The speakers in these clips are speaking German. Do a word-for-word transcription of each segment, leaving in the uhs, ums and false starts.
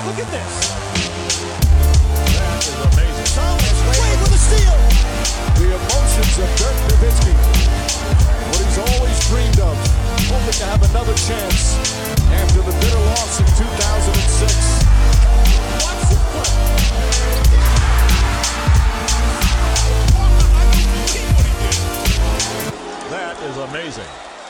Look at this. That is amazing. Thomas Wade with a steal. The emotions of Dirk Nowitzki. What he's always dreamed of. Hoping to have another chance after the bitter loss in two thousand six. Watch the play. That is amazing.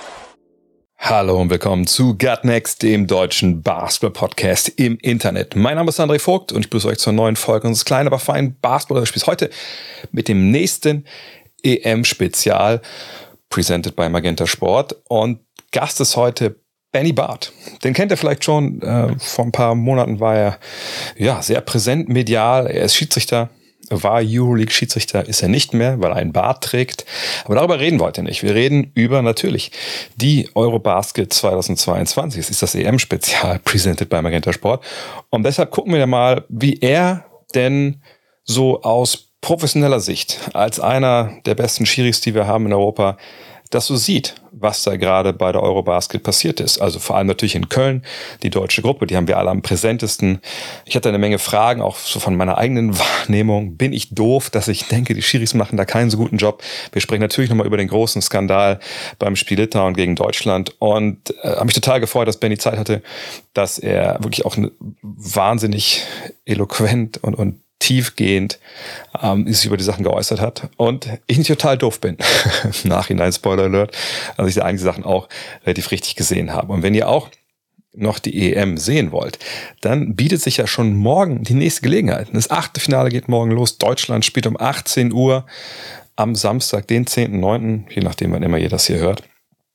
Hallo und willkommen zu Gut Next, dem deutschen Basketball-Podcast im Internet. Mein Name ist André Vogt und ich begrüße euch zur neuen Folge unseres kleinen, aber feinen Basketball-Spiels heute mit dem nächsten E M-Spezial, presented by Magenta Sport. Und Gast ist heute Benny Barth. Den kennt ihr vielleicht schon. Äh, vor ein paar Monaten war er ja sehr präsent medial. Er ist Schiedsrichter. War Euroleague-Schiedsrichter, ist er nicht mehr, weil er einen Bart trägt. Aber darüber reden wir heute nicht. Wir reden über natürlich die Eurobasket zweitausendzweiundzwanzig. Es ist das E M-Spezial, presented by Magenta Sport. Und deshalb gucken wir mal, wie er denn so aus professioneller Sicht, als einer der besten Schiris, die wir haben in Europa, das so sieht, was da gerade bei der Eurobasket passiert ist. Also vor allem natürlich in Köln, die deutsche Gruppe, die haben wir alle am präsentesten. Ich hatte eine Menge Fragen, auch so von meiner eigenen Wahrnehmung. Bin ich doof, dass ich denke, die Schiris machen da keinen so guten Job? Wir sprechen natürlich nochmal über den großen Skandal beim Spiel Litauen gegen Deutschland und äh, habe mich total gefreut, dass Benny Zeit hatte, dass er wirklich auch wahnsinnig eloquent und, und tiefgehend ähm, sich über die Sachen geäußert hat und ich nicht total doof bin. Im Nachhinein, Spoiler Alert, also ich einige Sachen auch relativ richtig gesehen habe. Und wenn ihr auch noch die E M sehen wollt, dann bietet sich ja schon morgen die nächste Gelegenheit. Das achte Finale geht morgen los. Deutschland spielt um achtzehn Uhr am Samstag, den zehnten neunten, je nachdem, wann immer ihr das hier hört.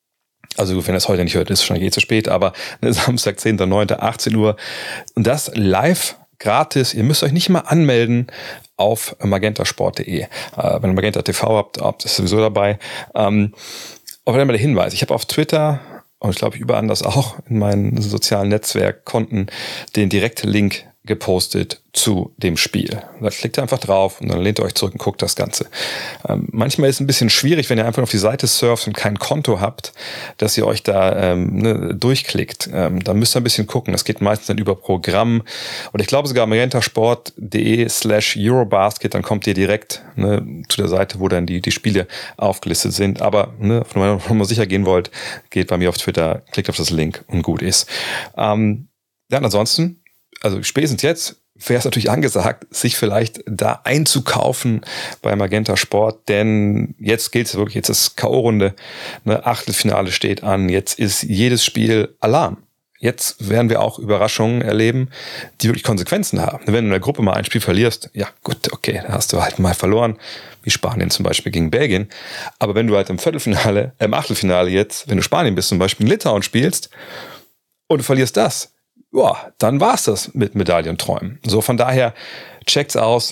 Also wenn ihr es heute nicht hört, ist es schon eh zu spät, aber Samstag, zehnten neunten, achtzehn Uhr. Und das live gratis, ihr müsst euch nicht mal anmelden auf magentasport punkt de. Äh, wenn ihr Magenta T V habt, habt ihr sowieso dabei. Ähm, aber dann mal der Hinweis, ich habe auf Twitter und ich glaube überall anders auch in meinen sozialen Netzwerkkonten den direkten Link gepostet zu dem Spiel. Da klickt ihr einfach drauf und dann lehnt ihr euch zurück und guckt das Ganze. Ähm, manchmal ist es ein bisschen schwierig, wenn ihr einfach auf die Seite surft und kein Konto habt, dass ihr euch da ähm, ne, durchklickt. Ähm, da müsst ihr ein bisschen gucken. Das geht meistens dann über Programm. Und ich glaube sogar magentasport punkt de slash Eurobasket, dann kommt ihr direkt ne, zu der Seite, wo dann die, die Spiele aufgelistet sind. Aber ne, wenn ihr sicher gehen wollt, geht bei mir auf Twitter, klickt auf das Link und gut ist. Ähm, ja, ansonsten also spätestens jetzt wäre es natürlich angesagt, sich vielleicht da einzukaufen bei Magenta Sport, denn jetzt gilt es wirklich, jetzt ist K O-Runde, ne, Achtelfinale steht an, jetzt ist jedes Spiel Alarm. Jetzt werden wir auch Überraschungen erleben, die wirklich Konsequenzen haben. Wenn du in der Gruppe mal ein Spiel verlierst, ja gut, okay, dann hast du halt mal verloren, wie Spanien zum Beispiel gegen Belgien. Aber wenn du halt im Viertelfinale, äh, im Achtelfinale jetzt, wenn du Spanien bist, zum Beispiel in Litauen spielst und du verlierst das, ja, dann war's das mit Medaillenträumen. So, von daher checkt's aus.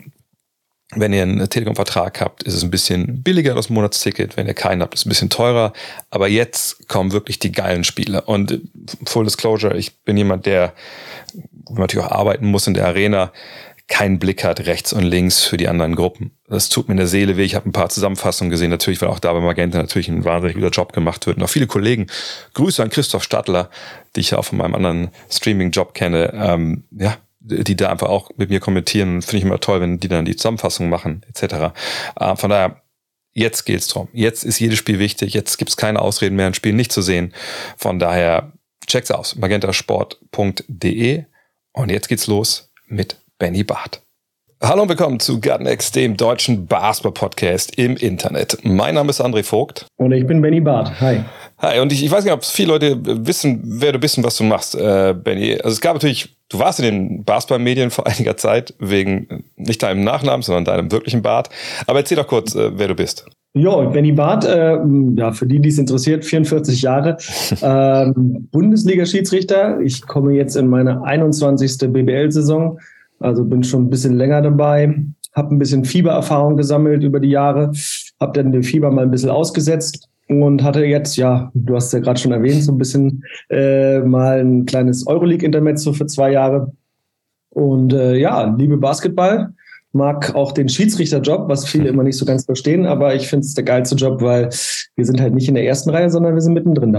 Wenn ihr einen Telekom-Vertrag habt, ist es ein bisschen billiger, das Monatsticket. Wenn ihr keinen habt, ist es ein bisschen teurer. Aber jetzt kommen wirklich die geilen Spiele. Und Full Disclosure, ich bin jemand, der natürlich auch arbeiten muss in der Arena, keinen Blick hat rechts und links für die anderen Gruppen. Das tut mir in der Seele weh. Ich habe ein paar Zusammenfassungen gesehen, natürlich, weil auch da bei Magenta natürlich ein wahnsinnig guter Job gemacht wird. Und auch viele Kollegen. Grüße an Christoph Stadler, die ich ja auch von meinem anderen Streaming-Job kenne. Ähm, ja, die da einfach auch mit mir kommentieren. Finde ich immer toll, wenn die dann die Zusammenfassung machen, et cetera. Äh, von daher, jetzt geht's drum. Jetzt ist jedes Spiel wichtig. Jetzt gibt's keine Ausreden mehr, ein Spiel nicht zu sehen. Von daher, check's aus. magentasport punkt de. Und jetzt geht's los mit Benny Barth. Hallo und willkommen zu Gut Next, dem deutschen Basketball-Podcast im Internet. Mein Name ist André Vogt. Und ich bin Benny Barth. Hi. Hi, und ich, ich weiß nicht, ob viele Leute wissen, wer du bist und was du machst, äh, Benny. Also es gab natürlich, du warst in den Basketball-Medien vor einiger Zeit, wegen nicht deinem Nachnamen, sondern deinem wirklichen Bart. Aber erzähl doch kurz, äh, wer du bist. Jo, Benny Barth, äh, ja, für die, die es interessiert, vierundvierzig Jahre, ähm, Bundesliga-Schiedsrichter. Ich komme jetzt in meine einundzwanzigste B B L-Saison. Also bin schon ein bisschen länger dabei, habe ein bisschen Fiebererfahrung gesammelt über die Jahre, habe dann den Fieber mal ein bisschen ausgesetzt und hatte jetzt, ja, du hast ja gerade schon erwähnt, so ein bisschen äh, mal ein kleines Euroleague-Intermezzo für zwei Jahre. Und äh, ja, liebe Basketball, mag auch den Schiedsrichterjob, was viele immer nicht so ganz verstehen, aber ich finde es der geilste Job, weil wir sind halt nicht in der ersten Reihe, sondern wir sind mittendrin dabei.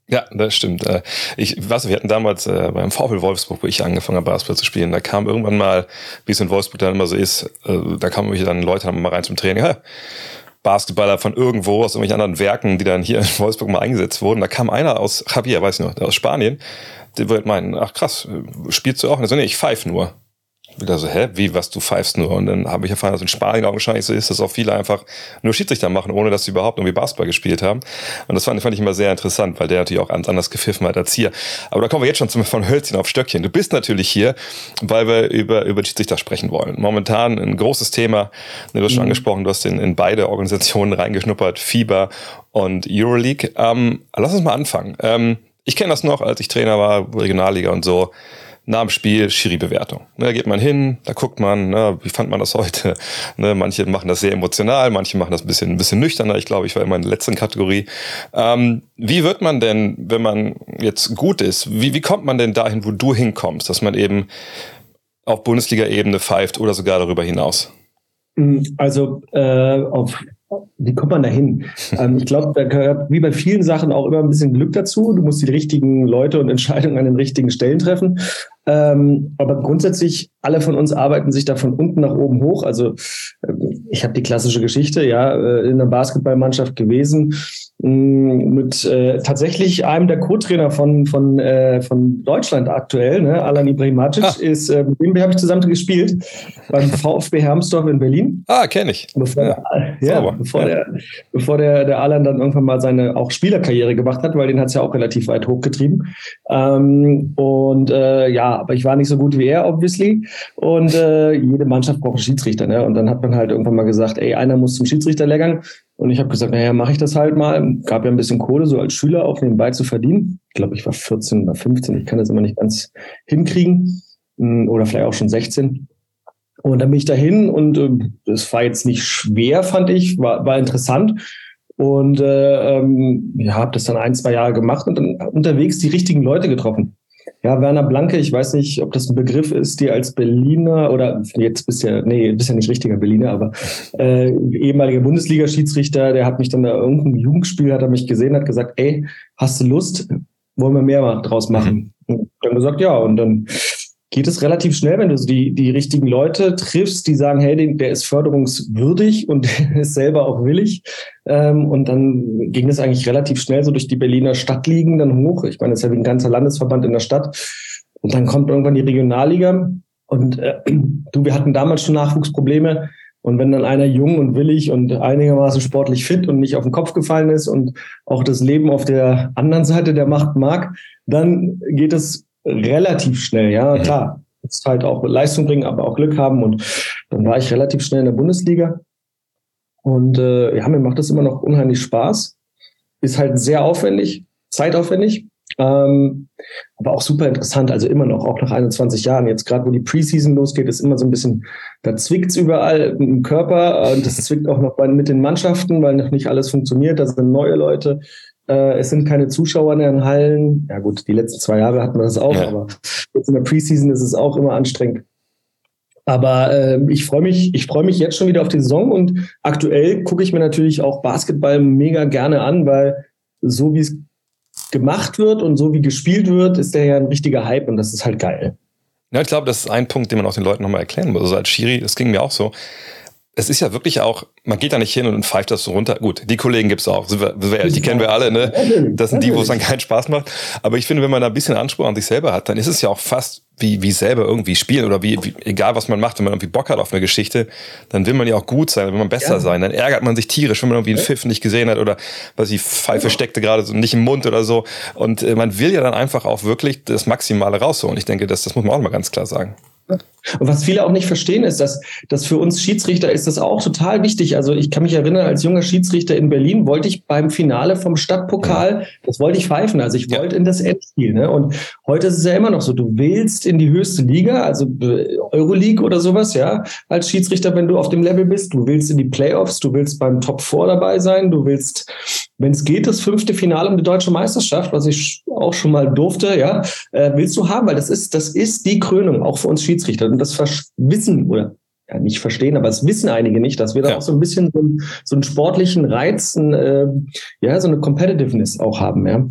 Ja, das stimmt. Ich weiß, wir hatten damals beim VfL Wolfsburg, wo ich angefangen habe, Basketball zu spielen, da kam irgendwann mal, wie es in Wolfsburg dann immer so ist, da kamen dann Leute mal rein zum Training, ja, Basketballer von irgendwo, aus irgendwelchen anderen Werken, die dann hier in Wolfsburg mal eingesetzt wurden. Da kam einer aus Javier, weiß ich noch, aus Spanien, der wird meinen, ach krass, spielst du auch? Und er so, nee, ich pfeife nur. Wieder so, hä, wie, was, du pfeifst nur? Und dann habe ich erfahren, dass in Spanien auch wahrscheinlich so ist, dass auch viele einfach nur Schiedsrichter machen, ohne dass sie überhaupt irgendwie Basketball gespielt haben. Und das fand, fand ich immer sehr interessant, weil der natürlich auch ganz anders gepfiffen hat als hier. Aber da kommen wir jetzt schon zum, von Hölzchen auf Stöckchen. Du bist natürlich hier, weil wir über, über Schiedsrichter sprechen wollen. Momentan ein großes Thema, du hast schon mhm. angesprochen, du hast in, in beide Organisationen reingeschnuppert, FIBA und Euroleague. Ähm, lass uns mal anfangen. Ähm, ich kenne das noch, als ich Trainer war, Regionalliga und so. Nach dem Spiel Schiri-Bewertung. Ne, da geht man hin, da guckt man, ne, wie fand man das heute? Ne, manche machen das sehr emotional, manche machen das ein bisschen, ein bisschen nüchterner. Ich glaube, ich war immer in der letzten Kategorie. Ähm, wie wird man denn, wenn man jetzt gut ist, wie, wie kommt man denn dahin, wo du hinkommst, dass man eben auf Bundesliga-Ebene pfeift oder sogar darüber hinaus? Also äh, auf wie kommt man da hin? ähm, ich glaube, da gehört wie bei vielen Sachen auch immer ein bisschen Glück dazu. Du musst die richtigen Leute und Entscheidungen an den richtigen Stellen treffen. Ähm, aber grundsätzlich, alle von uns arbeiten sich da von unten nach oben hoch. Also äh, ich habe die klassische Geschichte, ja, äh, in einer Basketballmannschaft gewesen, mh, mit äh, tatsächlich einem der Co-Trainer von von äh, von Deutschland aktuell, ne, Alan Ibrahimovic, ah. ist, äh, mit dem habe ich zusammen gespielt beim VfB Hermsdorf in Berlin. Ah, kenne ich. Bevor, ja. Der, ja, bevor, ja. Der, bevor der, der Alan dann irgendwann mal seine auch Spielerkarriere gemacht hat, weil den hat es ja auch relativ weit hochgetrieben. Ähm, und äh, ja, aber ich war nicht so gut wie er, obviously. Und äh, jede Mannschaft braucht einen Schiedsrichter. Ne? Und dann hat man halt irgendwann mal gesagt, ey, einer muss zum Schiedsrichter leckern. Und ich habe gesagt, naja, mache ich das halt mal. Gab ja ein bisschen Kohle, so als Schüler auch nebenbei zu verdienen. Ich glaube, ich war vierzehn oder fünfzehn. Ich kann das immer nicht ganz hinkriegen. Oder vielleicht auch schon sechzehn. Und dann bin ich dahin und äh, das war jetzt nicht schwer, fand ich, war, war interessant. Und äh, ähm, ja, habe das dann ein, zwei Jahre gemacht und dann unterwegs die richtigen Leute getroffen. Ja, Werner Blanke, ich weiß nicht, ob das ein Begriff ist, die als Berliner oder jetzt bist ja, nee, bist ja nicht richtiger Berliner, aber äh, ehemaliger Bundesliga-Schiedsrichter, der hat mich dann da irgendein Jugendspiel, hat er mich gesehen, hat gesagt, ey, hast du Lust? Wollen wir mehr draus machen? Und dann gesagt, ja, und dann geht es relativ schnell, wenn du so die, die richtigen Leute triffst, die sagen, hey, der ist förderungswürdig und ist selber auch willig. Ähm, und dann ging es eigentlich relativ schnell so durch die Berliner Stadtligen dann hoch. Ich meine, das ist ja wie ein ganzer Landesverband in der Stadt. Und dann kommt irgendwann die Regionalliga. Und äh, du, wir hatten damals schon Nachwuchsprobleme. Und wenn dann einer jung und willig und einigermaßen sportlich fit und nicht auf den Kopf gefallen ist und auch das Leben auf der anderen Seite der Macht mag, dann geht es relativ schnell, ja, klar. Jetzt halt auch Leistung bringen, aber auch Glück haben. Und dann war ich relativ schnell in der Bundesliga. Und äh, ja, mir macht das immer noch unheimlich Spaß. Ist halt sehr aufwendig, zeitaufwendig, ähm, aber auch super interessant. Also immer noch, auch nach einundzwanzig Jahren. Jetzt gerade, wo die Preseason losgeht, ist immer so ein bisschen, da zwickt's überall im Körper. Und das zwickt auch noch bei, mit den Mannschaften, weil noch nicht alles funktioniert. Da sind neue Leute. Es sind keine Zuschauer in den Hallen. Ja gut, die letzten zwei Jahre hatten wir das auch, ja. Aber jetzt in der Preseason ist es auch immer anstrengend. Aber äh, ich freue mich, ich freue mich jetzt schon wieder auf die Saison und aktuell gucke ich mir natürlich auch Basketball mega gerne an, weil so wie es gemacht wird und so wie gespielt wird, ist der ja ein richtiger Hype und das ist halt geil. Ja, ich glaube, das ist ein Punkt, den man auch den Leuten nochmal erklären muss. Also als Schiri, das ging mir auch so. Es ist ja wirklich auch, man geht da nicht hin und pfeift das so runter. Gut, die Kollegen gibt's auch, sind wir, sind wir ehrlich, die kennen wir alle, ne? Das sind die, wo es dann keinen Spaß macht. Aber ich finde, wenn man da ein bisschen Anspruch an sich selber hat, dann ist es ja auch fast wie, wie selber irgendwie spielen oder wie, wie, egal was man macht, wenn man irgendwie Bock hat auf eine Geschichte, dann will man ja auch gut sein, will man besser ja. sein. Dann ärgert man sich tierisch, wenn man irgendwie einen Pfiff nicht gesehen hat oder, was die Pfeife ja. steckte gerade so nicht im Mund oder so. Und äh, man will ja dann einfach auch wirklich das Maximale rausholen. Ich denke, das, das muss man auch mal ganz klar sagen. Und was viele auch nicht verstehen, ist, dass, dass für uns Schiedsrichter ist das auch total wichtig. Also ich kann mich erinnern, als junger Schiedsrichter in Berlin wollte ich beim Finale vom Stadtpokal, das wollte ich pfeifen. Also ich wollte ja. in das Endspiel. Ne? Und heute ist es ja immer noch so, du willst in die höchste Liga, also Euroleague oder sowas, ja, als Schiedsrichter, wenn du auf dem Level bist. Du willst in die Playoffs, du willst beim Top vier dabei sein, du willst, wenn es geht, das fünfte Finale um die deutsche Meisterschaft, was ich auch schon mal durfte, ja, äh, willst du haben, weil das ist, das ist die Krönung, auch für uns Schiedsrichter. Und das wissen, oder ja, nicht verstehen, aber es wissen einige nicht, dass wir da ja. auch so ein bisschen so, so einen sportlichen Reiz, ein, äh, ja, so eine Competitiveness auch haben, ja.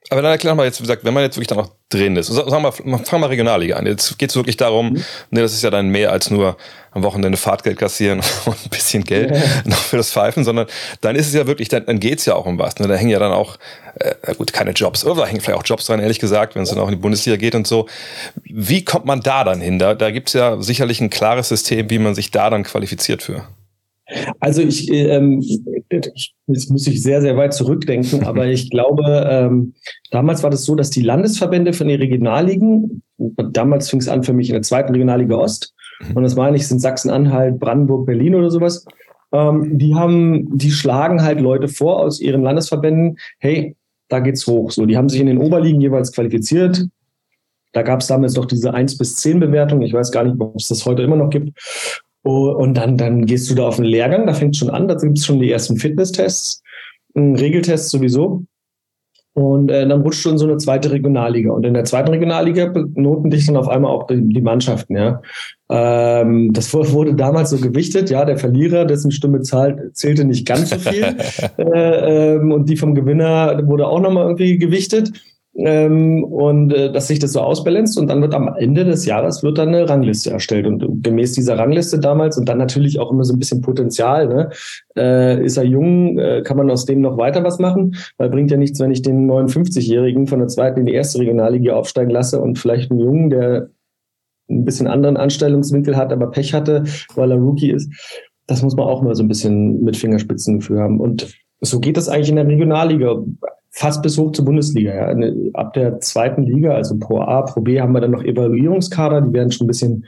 Aber dann erklär mal jetzt, wie gesagt, wenn man jetzt wirklich da noch drin ist, sagen wir mal, fangen wir mal Regionalliga an. Jetzt geht es wirklich darum, mhm. ne, das ist ja dann mehr als nur am Wochenende Fahrtgeld kassieren und ein bisschen Geld ja. noch für das Pfeifen, sondern dann ist es ja wirklich, dann, dann geht es ja auch um was. Ne? Da hängen ja dann auch, äh, gut, keine Jobs, oder da hängen vielleicht auch Jobs dran, ehrlich gesagt, wenn es dann auch in die Bundesliga geht und so. Wie kommt man da dann hin? Da, da gibt es ja sicherlich ein klares System, wie man sich da dann qualifiziert für. Also ich, ähm, ich, jetzt muss ich sehr, sehr weit zurückdenken, aber ich glaube, ähm, damals war das so, dass die Landesverbände von den Regionalligen, damals fing es an für mich in der zweiten Regionalliga Ost, und das meine ich, sind Sachsen-Anhalt, Brandenburg, Berlin oder sowas, ähm, die haben, die schlagen halt Leute vor aus ihren Landesverbänden, hey, da geht's hoch. So, die haben sich in den Oberligen jeweils qualifiziert. Da gab es damals doch diese eins bis zehn Bewertung. Ich weiß gar nicht, ob es das heute immer noch gibt. Und dann, dann gehst du da auf einen Lehrgang, da fängt es schon an, da gibt es schon die ersten Fitnesstests, Regeltests sowieso. Und äh, dann rutschst du in so eine zweite Regionalliga. Und in der zweiten Regionalliga benoten dich dann auf einmal auch die, die Mannschaften. Ja. Ähm, das wurde damals so gewichtet, ja, der Verlierer, dessen Stimme zahlt, zählte nicht ganz so viel. äh, ähm, und die vom Gewinner wurde auch nochmal irgendwie gewichtet. Ähm, und äh, dass sich das so ausbalanciert und dann wird am Ende des Jahres wird dann eine Rangliste erstellt und gemäß dieser Rangliste damals und dann natürlich auch immer so ein bisschen Potenzial, ne? äh, ist er jung, äh, kann man aus dem noch weiter was machen, weil bringt ja nichts, wenn ich den neunundfünfzigjährigen von der zweiten in die erste Regionalliga aufsteigen lasse und vielleicht einen Jungen, der ein bisschen anderen Anstellungswinkel hat, aber Pech hatte, weil er Rookie ist. Das muss man auch mal so ein bisschen mit Fingerspitzengefühl haben und so geht das eigentlich in der Regionalliga. Fast bis hoch zur Bundesliga. Ja. Ab der zweiten Liga, also Pro A, Pro B, haben wir dann noch Evaluierungskader, die werden schon ein bisschen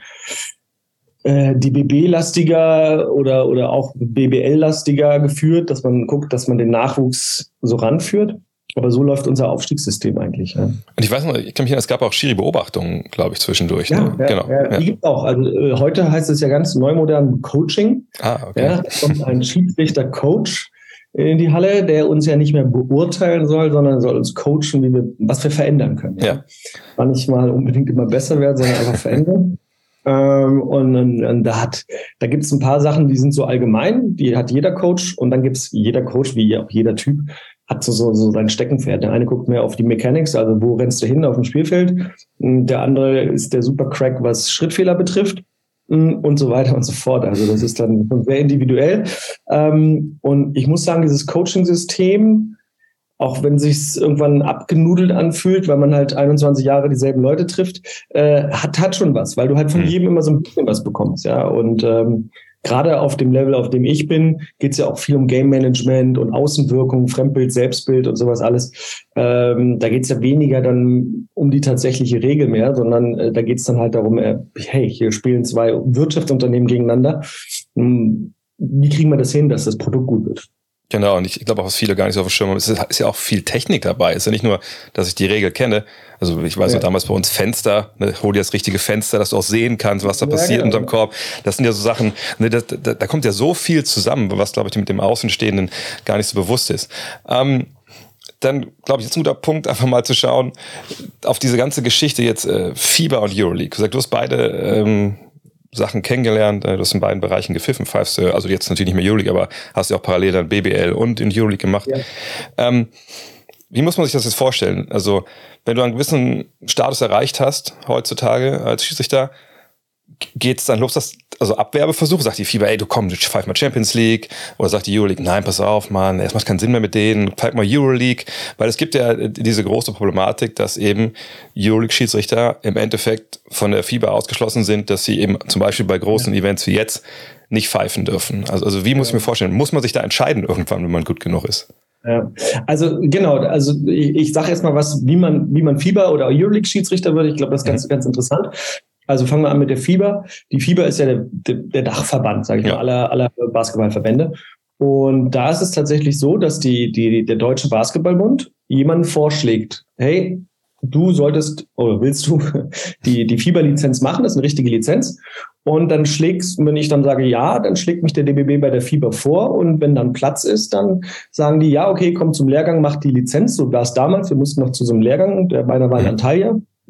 äh, die B B-lastiger oder, oder auch B B L-lastiger geführt, dass man guckt, dass man den Nachwuchs so ranführt. Aber so läuft unser Aufstiegssystem eigentlich. Ja. Und ich weiß noch, ich kann mich erinnern, es gab auch Schiri-Beobachtungen, glaube ich, zwischendurch. Ja, ne? ja, genau. ja, die ja. gibt es auch. Also, äh, heute heißt es ja ganz neumodern Coaching. Ah, okay. Ja, da kommt ein Schiedsrichter-Coach in die Halle, der uns ja nicht mehr beurteilen soll, sondern soll uns coachen, wie wir, was wir verändern können. Ja. Ja. War nicht mal unbedingt immer besser werden, sondern einfach verändern. Ähm, und, und, und da hat, da gibt es ein paar Sachen, die sind so allgemein, die hat jeder Coach und dann gibt es jeder Coach, wie auch jeder Typ, hat so, so, so sein Steckenpferd. Der eine guckt mehr auf die Mechanics, also wo rennst du hin auf dem Spielfeld. Der andere ist der Supercrack, was Schrittfehler betrifft. Und so weiter und so fort. Also das ist dann sehr individuell. Und ich muss sagen, dieses Coaching-System, auch wenn es sich irgendwann abgenudelt anfühlt, weil man halt einundzwanzig Jahre dieselben Leute trifft, hat, hat schon was, weil du halt von jedem immer so ein bisschen was bekommst. Ja. Und ähm, gerade auf dem Level, auf dem ich bin, geht es ja auch viel um Game Management und Außenwirkung, Fremdbild, Selbstbild und sowas alles. Ähm, da geht es ja weniger dann um die tatsächliche Regel mehr, sondern äh, da geht es dann halt darum, äh, hey, hier spielen zwei Wirtschaftsunternehmen gegeneinander. Hm, wie kriegen wir das hin, dass das Produkt gut wird? Genau, und ich glaube auch, was viele gar nicht so auf dem Schirm haben, es ist, ist ja auch viel Technik dabei. Es ist ja nicht nur, dass ich die Regel kenne. Also ich weiß ja. noch damals bei uns Fenster, ne, hol dir das richtige Fenster, dass du auch sehen kannst, was da ja, passiert genau. unterm Korb. Das sind ja so Sachen, ne, das, da, da kommt ja so viel zusammen, was, glaube ich, mit dem Außenstehenden gar nicht so bewusst ist. Ähm, dann, glaube ich, jetzt ein guter Punkt, einfach mal zu schauen auf diese ganze Geschichte jetzt äh, FIBA und Euroleague. Du sagst, du hast beide ähm, Sachen kennengelernt, du hast in beiden Bereichen gepfiffen, pfeifst du, also jetzt natürlich nicht mehr Euroleague, aber hast ja auch parallel dann B B L und in Euroleague gemacht. Ja. Ähm, wie muss man sich das jetzt vorstellen? Also, wenn du einen gewissen Status erreicht hast, heutzutage als Schiedsrichter, geht's dann los, dass, also Abwerbeversuch, sagt die FIBA, ey, du komm, pfeif mal Champions League, oder sagt die Euroleague, nein, pass auf, Mann, es macht keinen Sinn mehr mit denen, pfeif mal Euroleague, weil es gibt ja diese große Problematik, dass eben Euroleague-Schiedsrichter im Endeffekt von der FIBA ausgeschlossen sind, dass sie eben zum Beispiel bei großen ja. Events wie jetzt nicht pfeifen dürfen. Also, also wie muss ich mir vorstellen, muss man sich da entscheiden irgendwann, wenn man gut genug ist? Ja, also genau, also ich, ich sage erstmal was, wie man, wie man FIBA oder Euroleague-Schiedsrichter wird, ich glaube, das ist ganz, mhm. ganz interessant. Also fangen wir an mit der FIBA. Die FIBA ist ja der, der, der Dachverband, sage ich ja. mal, aller, aller Basketballverbände. Und da ist es tatsächlich so, dass die, die, der Deutsche Basketballbund jemanden vorschlägt, hey, du solltest oder willst du die, die FIBA-Lizenz machen, das ist eine richtige Lizenz. Und dann schlägst, wenn ich dann sage ja, dann schlägt mich der D B B bei der FIBA vor. Und wenn dann Platz ist, dann sagen die, ja, okay, komm zum Lehrgang, mach die Lizenz. So war es damals. Wir mussten noch zu so einem Lehrgang, der meiner war in Antalya.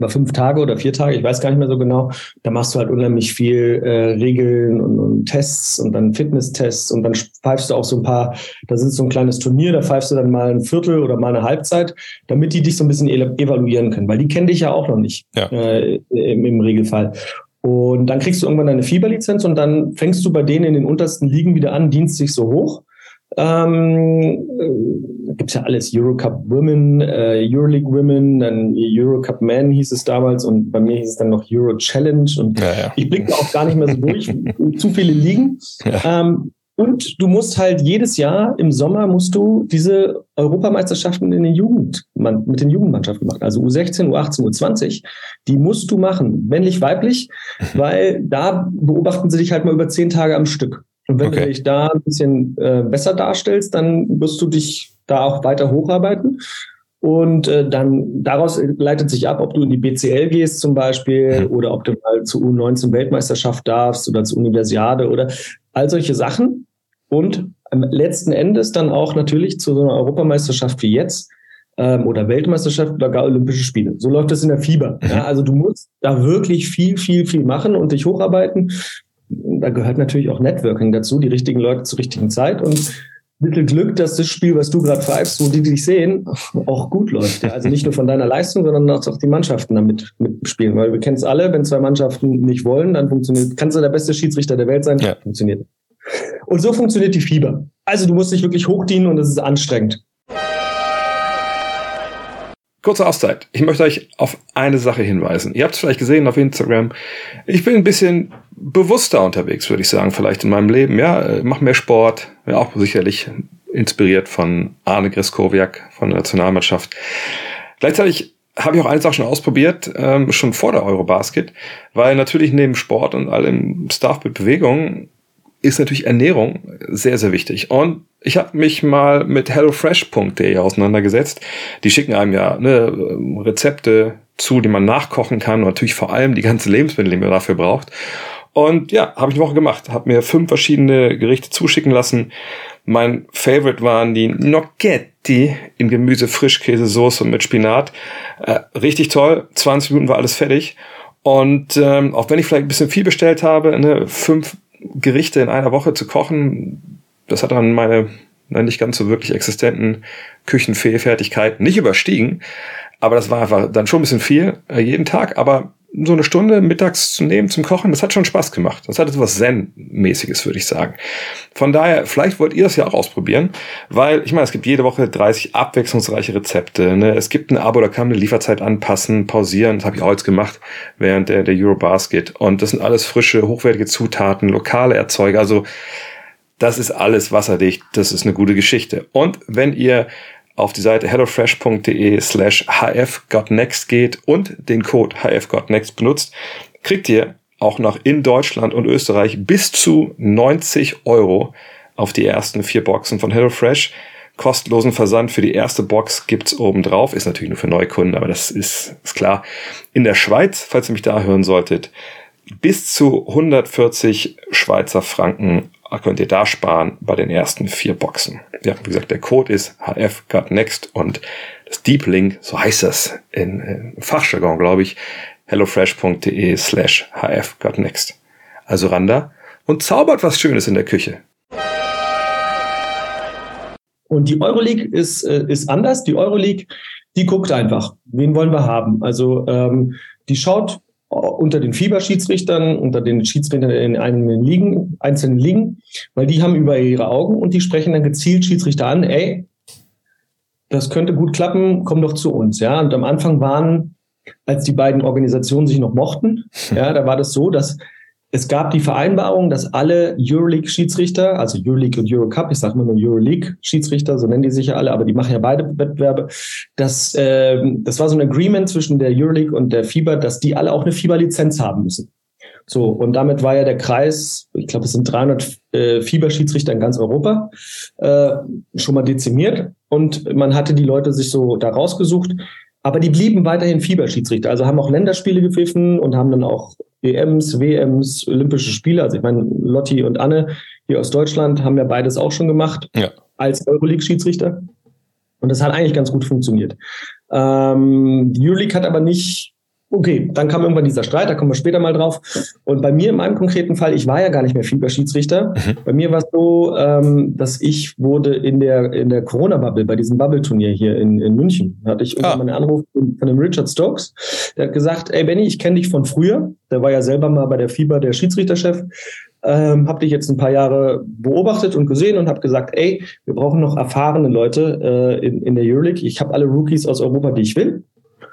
über fünf Tage oder vier Tage, ich weiß gar nicht mehr so genau. Da machst du halt unheimlich viel äh, Regeln und, und Tests und dann Fitnesstests und dann pfeifst du auch so ein paar, da ist so ein kleines Turnier, da pfeifst du dann mal ein Viertel oder mal eine Halbzeit, damit die dich so ein bisschen evaluieren können, weil die kennen dich ja auch noch nicht ja. äh, im, im Regelfall. Und dann kriegst du irgendwann deine FIBA-Lizenz und dann fängst du bei denen in den untersten Ligen wieder an, dienst dich so hoch. Ähm, da gibt's ja alles, Eurocup Women, äh, Euroleague Women, dann Eurocup Men hieß es damals und bei mir hieß es dann noch Euro Challenge und ja, ja. ich blicke da auch gar nicht mehr so durch, zu viele Ligen. Ja. Ähm, und du musst halt jedes Jahr im Sommer musst du diese Europameisterschaften in den Jugend, mit den Jugendmannschaften machen, also U sechzehn, U achtzehn, U zwanzig, die musst du machen, männlich, weiblich, weil da beobachten sie dich halt mal über zehn Tage am Stück. Und wenn okay. du dich da ein bisschen äh, besser darstellst, dann wirst du dich da auch weiter hocharbeiten. Und äh, dann daraus leitet sich ab, ob du in die B C L gehst zum Beispiel mhm. oder ob du mal zur U neunzehn Weltmeisterschaft darfst oder zur Universiade oder all solche Sachen. Und am letzten Endes dann auch natürlich zu so einer Europameisterschaft wie jetzt ähm, oder Weltmeisterschaft oder gar Olympische Spiele. So läuft das in der FIBA. Mhm. Ja, also du musst da wirklich viel, viel, viel machen und dich hocharbeiten. Da gehört natürlich auch Networking dazu, die richtigen Leute zur richtigen Zeit und ein bisschen Glück, dass das Spiel, was du gerade pfeifst, wo die dich sehen, auch gut läuft. Ja, also nicht nur von deiner Leistung, sondern auch die Mannschaften damit mitspielen. Weil wir kennen es alle, wenn zwei Mannschaften nicht wollen, dann funktioniert, kannst du der beste Schiedsrichter der Welt sein, ja. funktioniert. Und so funktioniert die FIBA. Also du musst dich wirklich hochdienen und es ist anstrengend. Kurze Auszeit. Ich möchte euch auf eine Sache hinweisen. Ihr habt es vielleicht gesehen auf Instagram. Ich bin ein bisschen bewusster unterwegs, würde ich sagen, vielleicht in meinem Leben. Ja, mache mehr Sport. Ja, auch sicherlich inspiriert von Arne Greskowiak von der Nationalmannschaft. Gleichzeitig habe ich auch eines auch schon ausprobiert, ähm, schon vor der Eurobasket, weil natürlich neben Sport und allem Stuff mit Bewegung ist natürlich Ernährung sehr, sehr wichtig. Und ich habe mich mal mit hellofresh punkt de auseinandergesetzt. Die schicken einem ja ne, Rezepte zu, die man nachkochen kann und natürlich vor allem die ganzen Lebensmittel, die man dafür braucht. Und ja, habe ich eine Woche gemacht. Habe mir fünf verschiedene Gerichte zuschicken lassen. Mein Favorite waren die Gnocchetti in Gemüse-Frischkäsesoße mit Spinat. Äh, richtig toll. zwanzig Minuten war alles fertig. Und ähm, auch wenn ich vielleicht ein bisschen viel bestellt habe, ne, fünf Gerichte in einer Woche zu kochen, das hat dann meine ne, nicht ganz so wirklich existenten Küchenfähigkeiten nicht überstiegen. Aber das war einfach dann schon ein bisschen viel, äh, jeden Tag. Aber so eine Stunde mittags zu nehmen zum Kochen, das hat schon Spaß gemacht. Das hatte so was Zen-mäßiges, würde ich sagen. Von daher, vielleicht wollt ihr das ja auch ausprobieren, weil, ich meine, es gibt jede Woche dreißig abwechslungsreiche Rezepte. Ne? Es gibt ein Abo, da kann man die Lieferzeit anpassen, pausieren. Das habe ich auch jetzt gemacht während der, der Eurobasket. Und das sind alles frische, hochwertige Zutaten, lokale Erzeuger. Also das ist alles wasserdicht. Das ist eine gute Geschichte. Und wenn ihr auf die Seite hellofresh punkt de slash hfgotnext geht und den Code hfgotnext benutzt, kriegt ihr auch noch in Deutschland und Österreich bis zu neunzig Euro auf die ersten vier Boxen von HelloFresh. Kostenlosen Versand für die erste Box gibt's oben drauf. Ist natürlich nur für Neukunden, aber das ist, ist klar. In der Schweiz, falls ihr mich da hören solltet, bis zu hundertvierzig Schweizer Franken könnt ihr da sparen bei den ersten vier Boxen. Ja, wie gesagt, der Code ist hfgotnext und das Deep Link, so heißt das in, in Fachjargon, glaube ich, hellofresh punkt de slash hfgotnext. Also ran da und zaubert was Schönes in der Küche. Und die Euroleague ist, äh, ist anders. Die Euroleague, die guckt einfach, wen wollen wir haben. Also ähm, die schaut unter den FIBA-Schiedsrichtern, unter den Schiedsrichtern in einzelnen Ligen, einzelnen Ligen, weil die haben über ihre Augen und die sprechen dann gezielt Schiedsrichter an, ey, das könnte gut klappen, komm doch zu uns. Ja, und am Anfang waren, als die beiden Organisationen sich noch mochten, ja, da war das so, dass es gab die Vereinbarung, dass alle Euroleague-Schiedsrichter, also Euroleague und Eurocup, ich sage mal nur Euroleague-Schiedsrichter, so nennen die sich ja alle, aber die machen ja beide Wettbewerbe, dass, äh, das war so ein Agreement zwischen der Euroleague und der FIBA, dass die alle auch eine FIBA-Lizenz haben müssen. So, und damit war ja der Kreis, ich glaube, es sind dreihundert äh, FIBA-Schiedsrichter in ganz Europa, äh, schon mal dezimiert und man hatte die Leute sich so da rausgesucht, aber die blieben weiterhin FIBA-Schiedsrichter, also haben auch Länderspiele gepfiffen und haben dann auch E Ms, W Ms, Olympische Spiele. Also ich meine, Lotti und Anne hier aus Deutschland haben ja beides auch schon gemacht, ja, als Euroleague-Schiedsrichter. Und das hat eigentlich ganz gut funktioniert. Ähm, die Euroleague hat aber nicht okay, dann kam irgendwann dieser Streit, da kommen wir später mal drauf. Und bei mir in meinem konkreten Fall, ich war ja gar nicht mehr FIBA-Schiedsrichter. Mhm. Bei mir war es so, ähm, dass ich wurde in der, in der Corona-Bubble, bei diesem Bubble-Turnier hier in, in München, da hatte ich irgendwann ah. mal einen Anruf von dem Richard Stokes. Der hat gesagt, ey Benny, ich kenne dich von früher. Der war ja selber mal bei der FIBA der Schiedsrichterchef. Ähm, hab dich jetzt ein paar Jahre beobachtet und gesehen und hab gesagt, ey, wir brauchen noch erfahrene Leute äh, in, in der Euroleague. Ich habe alle Rookies aus Europa, die ich will.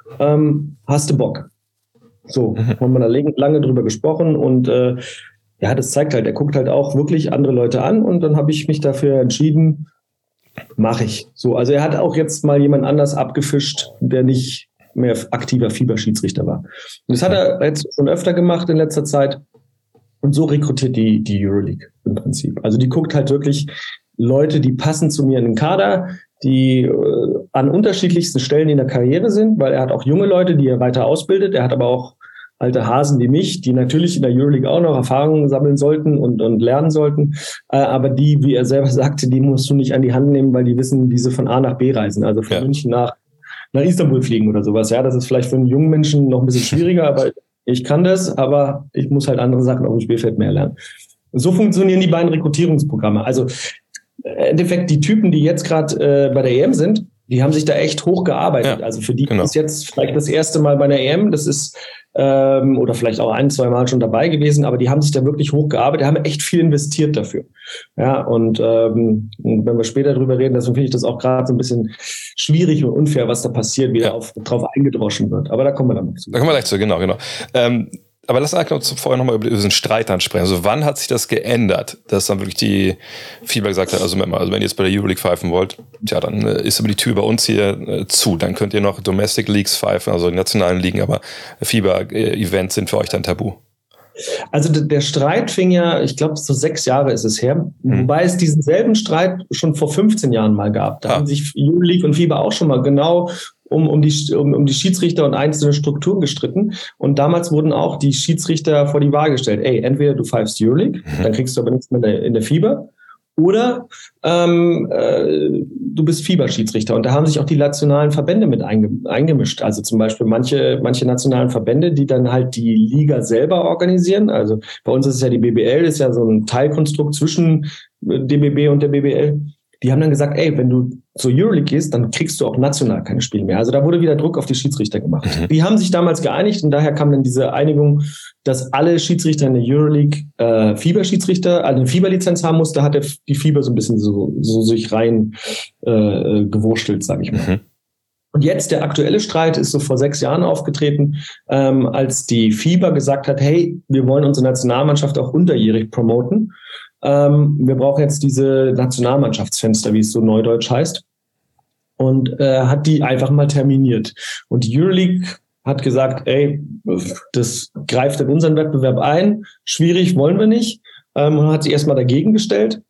Ähm, hast du Bock? So, mhm. haben wir da lange drüber gesprochen und äh, ja, das zeigt halt, er guckt halt auch wirklich andere Leute an und dann habe ich mich dafür entschieden, mache ich. So, also er hat auch jetzt mal jemand anders abgefischt, der nicht mehr aktiver FIBA-Schiedsrichter war. Und das hat er jetzt schon öfter gemacht in letzter Zeit und so rekrutiert die, die Euroleague im Prinzip. Also die guckt halt wirklich Leute, die passen zu mir in den Kader, die äh, an unterschiedlichsten Stellen in der Karriere sind, weil er hat auch junge Leute, die er weiter ausbildet. Er hat aber auch alte Hasen wie mich, die natürlich in der Euroleague auch noch Erfahrungen sammeln sollten und, und lernen sollten. Äh, aber die, wie er selber sagte, die musst du nicht an die Hand nehmen, weil die wissen, wie sie von A nach B reisen. Also von ja. München nach, nach Istanbul fliegen oder sowas. Ja, das ist vielleicht für einen jungen Menschen noch ein bisschen schwieriger, aber ich kann das, aber ich muss halt andere Sachen auf dem Spielfeld mehr lernen. So funktionieren die beiden Rekrutierungsprogramme. Also im Endeffekt, die Typen, die jetzt gerade äh, bei der E M sind, die haben sich da echt hochgearbeitet. Ja, also für die genau. ist jetzt vielleicht das erste Mal bei der E M, das ist ähm, oder vielleicht auch ein, zwei Mal schon dabei gewesen, aber die haben sich da wirklich hochgearbeitet, haben echt viel investiert dafür. Ja, und, ähm, und wenn wir später drüber reden, deswegen finde ich das auch gerade so ein bisschen schwierig und unfair, was da passiert, wie ja. da auf, drauf eingedroschen wird. Aber da kommen wir dann noch zu. Da kommen wir gleich zu, genau, genau. Ähm, Aber lass uns vorher nochmal über diesen Streit ansprechen. Also wann hat sich das geändert, dass dann wirklich die FIBA gesagt hat, also, also wenn ihr jetzt bei der Euroleague pfeifen wollt, tja, dann ist aber die Tür bei uns hier äh, zu. Dann könnt ihr noch Domestic Leagues pfeifen, also die nationalen Ligen, aber FIBA-Events sind für euch dann tabu. Also der Streit fing ja, ich glaube, so sechs Jahre ist es her, hm. wobei es diesen selben Streit schon vor fünfzehn Jahren mal gab. Da ah. haben sich Euroleague und FIBA auch schon mal genau um, um, die, um, um die Schiedsrichter und einzelne Strukturen gestritten. Und damals wurden auch die Schiedsrichter vor die Wahl gestellt. Ey, entweder du pfeifst Euroleague, mhm. dann kriegst du aber nichts mehr in der, in der FIBA, oder ähm, äh, du bist FIBA-Schiedsrichter. Und da haben sich auch die nationalen Verbände mit einge- eingemischt. Also zum Beispiel manche, manche nationalen Verbände, die dann halt die Liga selber organisieren. Also bei uns ist es ja die B B L, ist ja so ein Teilkonstrukt zwischen D B B und der B B L. Die haben dann gesagt, ey, wenn du zur Euroleague gehst, dann kriegst du auch national keine Spiele mehr. Also da wurde wieder Druck auf die Schiedsrichter gemacht. Mhm. Die haben sich damals geeinigt und daher kam dann diese Einigung, dass alle Schiedsrichter in der Euroleague äh, FIBA-Schiedsrichter, also eine FIBA-Lizenz haben musste, hat der, die FIBA so ein bisschen so, so sich rein äh, gewurstelt, sage ich mal. Mhm. Und jetzt der aktuelle Streit ist so vor sechs Jahren aufgetreten, ähm, als die FIBA gesagt hat, hey, wir wollen unsere Nationalmannschaft auch unterjährig promoten. Ähm, wir brauchen jetzt diese Nationalmannschaftsfenster, wie es so neudeutsch heißt, und äh, hat die einfach mal terminiert. Und die Euroleague hat gesagt, ey, das greift in unseren Wettbewerb ein, schwierig, wollen wir nicht, ähm, und hat sich erstmal dagegen gestellt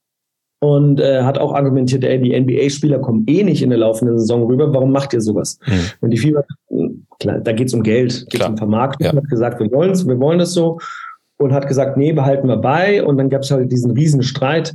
und äh, hat auch argumentiert, ey, die N B A-Spieler kommen eh nicht in der laufenden Saison rüber, warum macht ihr sowas? Mhm. Und die FIBA, klar, da geht's um Geld, geht um Vermarktung, ja. hat gesagt, wir wollen's, wir wollen das so. Und hat gesagt, nee, behalten wir bei. Und dann gab es halt diesen riesen Streit.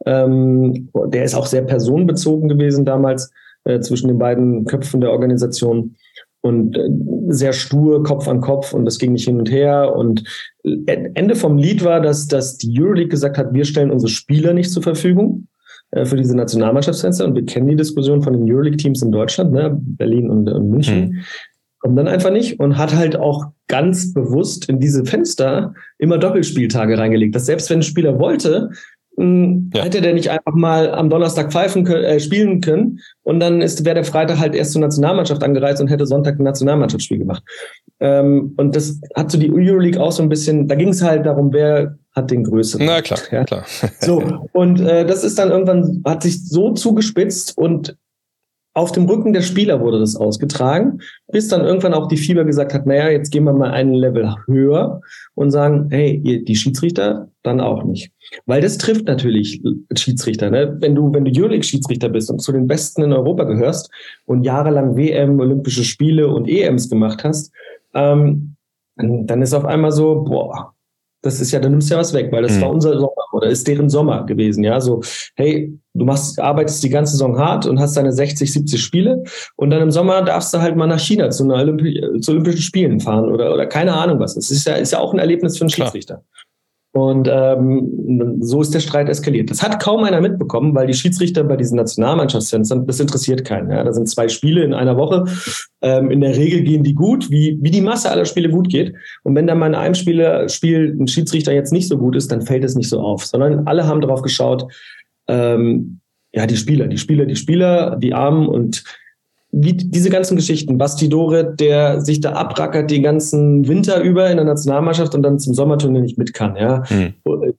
Ähm, der ist auch sehr personenbezogen gewesen damals äh, zwischen den beiden Köpfen der Organisation. Und äh, sehr stur, Kopf an Kopf. Und das ging nicht hin und her. Und Ende vom Lied war, dass, dass die Euroleague gesagt hat, wir stellen unsere Spieler nicht zur Verfügung äh, für diese Nationalmannschaftsfenster. Und wir kennen die Diskussion von den Euroleague-Teams in Deutschland, ne? Berlin und, und München. Mhm. Kommt dann einfach nicht und hat halt auch ganz bewusst in diese Fenster immer Doppelspieltage reingelegt. Dass selbst wenn ein Spieler wollte, mh, ja. hätte der nicht einfach mal am Donnerstag pfeifen können, äh, spielen können und dann ist wäre der Freitag halt erst zur Nationalmannschaft angereist und hätte Sonntag ein Nationalmannschaftsspiel gemacht. Ähm, und das hat so die Euroleague auch so ein bisschen, da ging es halt darum, wer hat den größeren. Na klar, ja? klar. So, und äh, das ist dann irgendwann, hat sich so zugespitzt und auf dem Rücken der Spieler wurde das ausgetragen, bis dann irgendwann auch die FIBA gesagt hat, naja, jetzt gehen wir mal einen Level höher und sagen, hey, ihr, die Schiedsrichter, dann auch nicht. Weil das trifft natürlich Schiedsrichter. Ne? Wenn du, wenn du Euroleague-Schiedsrichter bist und zu den Besten in Europa gehörst und jahrelang W M, Olympische Spiele und E Ms gemacht hast, ähm, dann ist auf einmal so, boah, das ist ja, dann nimmst du ja was weg, weil das mhm. war unser Sommer oder ist deren Sommer gewesen, ja, so, hey, du machst, arbeitest die ganze Saison hart und hast deine sechzig, siebzig Spiele und dann im Sommer darfst du halt mal nach China zu, einer Olympi- zu Olympischen Spielen fahren oder, oder keine Ahnung was. Das ist ja, ist ja auch ein Erlebnis für einen Klar. Schiedsrichter. Und ähm, so ist der Streit eskaliert. Das hat kaum einer mitbekommen, weil die Schiedsrichter bei diesen Nationalmannschaftsfans, das interessiert keinen. Ja? Da sind zwei Spiele in einer Woche. Ähm, in der Regel gehen die gut, wie, wie die Masse aller Spiele gut geht. Und wenn dann mal in einem Spiel, Spiel ein Schiedsrichter jetzt nicht so gut ist, dann fällt es nicht so auf. Sondern alle haben drauf geschaut, ähm, ja, die Spieler, die Spieler, die Spieler, die Armen und wie diese ganzen Geschichten, Basti Dore, der sich da abrackert den ganzen Winter über in der Nationalmannschaft und dann zum Sommerturnier nicht mit kann, ja. Mhm.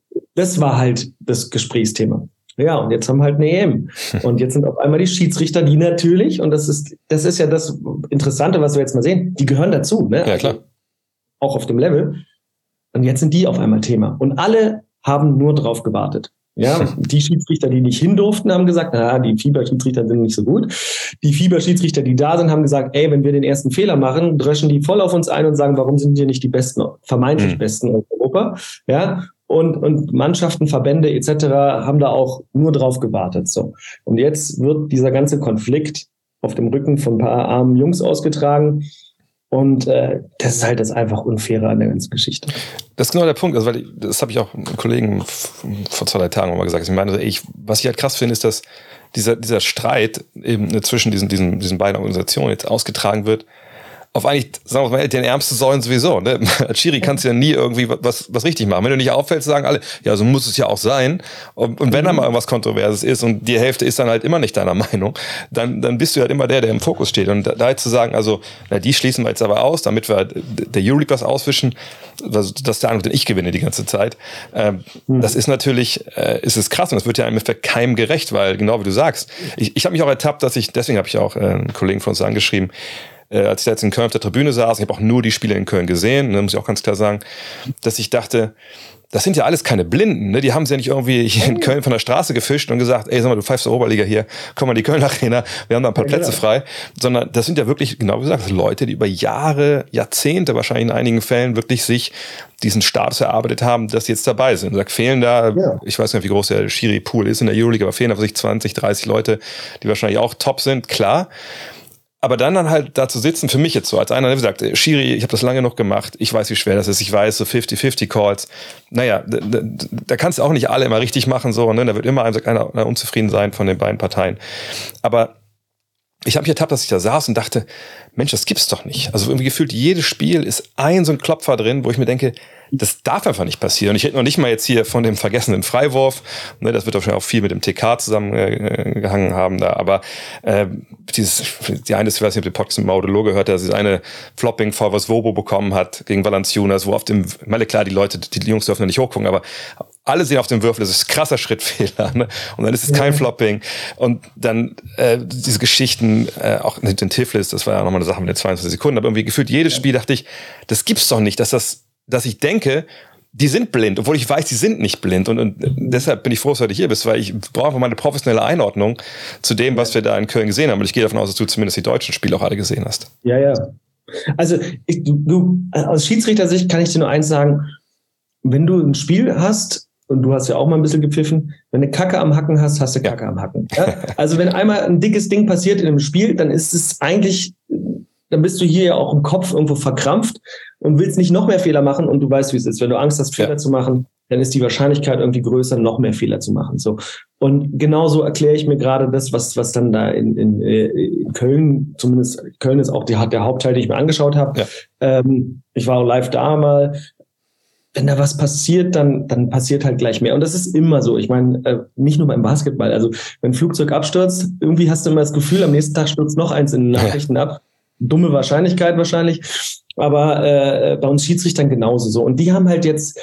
Das war halt das Gesprächsthema. Ja, und jetzt haben wir halt eine E M. Und jetzt sind auf einmal die Schiedsrichter, die natürlich, und das ist, das ist ja das Interessante, was wir jetzt mal sehen, die gehören dazu, ne? Ja, klar. Auch auf dem Level. Und jetzt sind die auf einmal Thema. Und alle haben nur drauf gewartet. Ja, die Schiedsrichter, die nicht hin durften, haben gesagt, na, die Fieberschiedsrichter sind nicht so gut. Die Fieberschiedsrichter, die da sind, haben gesagt, ey, wenn wir den ersten Fehler machen, dreschen die voll auf uns ein und sagen, warum sind wir nicht die Besten, vermeintlich mhm. Besten aus Europa? Ja, und, und Mannschaften, Verbände et cetera haben da auch nur drauf gewartet. So. Und jetzt wird dieser ganze Konflikt auf dem Rücken von ein paar armen Jungs ausgetragen. Und äh, das ist halt das einfach Unfaire an der ganzen Geschichte. Das ist genau der Punkt, also weil ich, das habe ich auch einem Kollegen vor zwei, drei Tagen mal gesagt. Ich meine, ich, was ich halt krass finde, ist, dass dieser, dieser Streit eben zwischen diesen, diesen, diesen beiden Organisationen jetzt ausgetragen wird, auf eigentlich, sagen wir mal, den ärmsten Säulen sowieso. Ne? Als Schiri kannst du ja nie irgendwie was, was richtig machen. Wenn du nicht auffällst, sagen alle, ja, so muss es ja auch sein. Und, und wenn da mal irgendwas Kontroverses ist und die Hälfte ist dann halt immer nicht deiner Meinung, dann, dann bist du halt immer der, der im Fokus steht. Und da, da jetzt zu sagen, also, na, die schließen wir jetzt aber aus, damit wir der Euroleague was auswischen, das ist der Eindruck, den ich gewinne die ganze Zeit. Ähm, mhm. Das ist natürlich, äh, ist es krass und das wird ja im Endeffekt keinem gerecht, weil genau wie du sagst, ich, ich habe mich auch ertappt, dass ich, deswegen habe ich auch äh, einen Kollegen von uns angeschrieben, Äh, als ich da jetzt in Köln auf der Tribüne saß, ich habe auch nur die Spiele in Köln gesehen, ne, muss ich auch ganz klar sagen, dass ich dachte, das sind ja alles keine Blinden, ne? Die haben sie ja nicht irgendwie hier in Köln von der Straße gefischt und gesagt, ey, sag mal, du pfeifst der Oberliga hier, komm mal in die Köln Arena, wir haben da ein paar ja, Plätze genau. frei, sondern das sind ja wirklich, genau wie gesagt, Leute, die über Jahre, Jahrzehnte wahrscheinlich in einigen Fällen wirklich sich diesen Status erarbeitet haben, dass sie jetzt dabei sind. Da fehlen da, ja. ich weiß nicht, wie groß der Schiri-Pool ist in der Euroleague, aber fehlen da für sich zwanzig, dreißig Leute, die wahrscheinlich auch top sind, klar. Aber dann dann halt da zu sitzen, für mich jetzt so, als einer, der sagt, Schiri, ich habe das lange noch gemacht, ich weiß, wie schwer das ist, ich weiß, so fifty-fifty Calls, naja, da, da, da kannst du auch nicht alle immer richtig machen, so, ne? Da wird immer einer, einer, einer unzufrieden sein von den beiden Parteien. Aber ich habe mich ertappt, dass ich da saß und dachte, Mensch, das gibt's doch nicht. Also irgendwie gefühlt jedes Spiel ist ein so ein Klopfer drin, wo ich mir denke, das darf einfach nicht passieren. Und ich hätte noch nicht mal jetzt hier von dem vergessenen Freiwurf, ne, das wird wahrscheinlich auch viel mit dem T K zusammengehangen äh, haben da, aber äh, dieses, die eine, ich weiß nicht, ob der Podcast mit Maudelo gehört hat, dass sie eine Flopping vor was Wobo bekommen hat gegen Valanciunas, wo auf dem, meine klar, die Leute, die Jungs dürfen ja nicht hochgucken, aber alle sehen auf dem Würfel, das ist ein krasser Schrittfehler, ne? Und dann ist es kein ja. Flopping. Und dann äh, diese Geschichten, äh, auch mit den Tiflis, das war ja nochmal eine Sache mit den zweiundzwanzig Sekunden, aber irgendwie gefühlt jedes Spiel dachte ich, das gibt's doch nicht, dass das dass ich denke, die sind blind, obwohl ich weiß, die sind nicht blind. Und, und deshalb bin ich froh, dass du heute hier bist, weil ich brauche einfach mal eine professionelle Einordnung zu dem, was wir da in Köln gesehen haben. Und ich gehe davon aus, dass du zumindest die deutschen Spiele auch alle gesehen hast. Ja, ja. Also ich, du, du, aus Schiedsrichtersicht kann ich dir nur eins sagen, wenn du ein Spiel hast, und du hast ja auch mal ein bisschen gepfiffen, wenn du Kacke am Hacken hast, hast du Kacke ja. am Hacken. Ja? Also wenn einmal ein dickes Ding passiert in einem Spiel, dann ist es eigentlich, dann bist du hier ja auch im Kopf irgendwo verkrampft und willst nicht noch mehr Fehler machen und du weißt, wie es ist. Wenn du Angst hast, Fehler ja. zu machen, dann ist die Wahrscheinlichkeit irgendwie größer, noch mehr Fehler zu machen. So. Und genauso erkläre ich mir gerade das, was, was dann da in, in, in Köln, zumindest Köln ist auch die, der Hauptteil, den ich mir angeschaut habe. Ja. Ähm, ich war auch live da mal. Wenn da was passiert, dann, dann passiert halt gleich mehr. Und das ist immer so. Ich meine, äh, nicht nur beim Basketball. Also wenn ein Flugzeug abstürzt, irgendwie hast du immer das Gefühl, am nächsten Tag stürzt noch eins in den Nachrichten ja. ab. Dumme Wahrscheinlichkeit wahrscheinlich. Aber äh, bei uns Schiedsrichtern genauso so. Und die haben halt jetzt,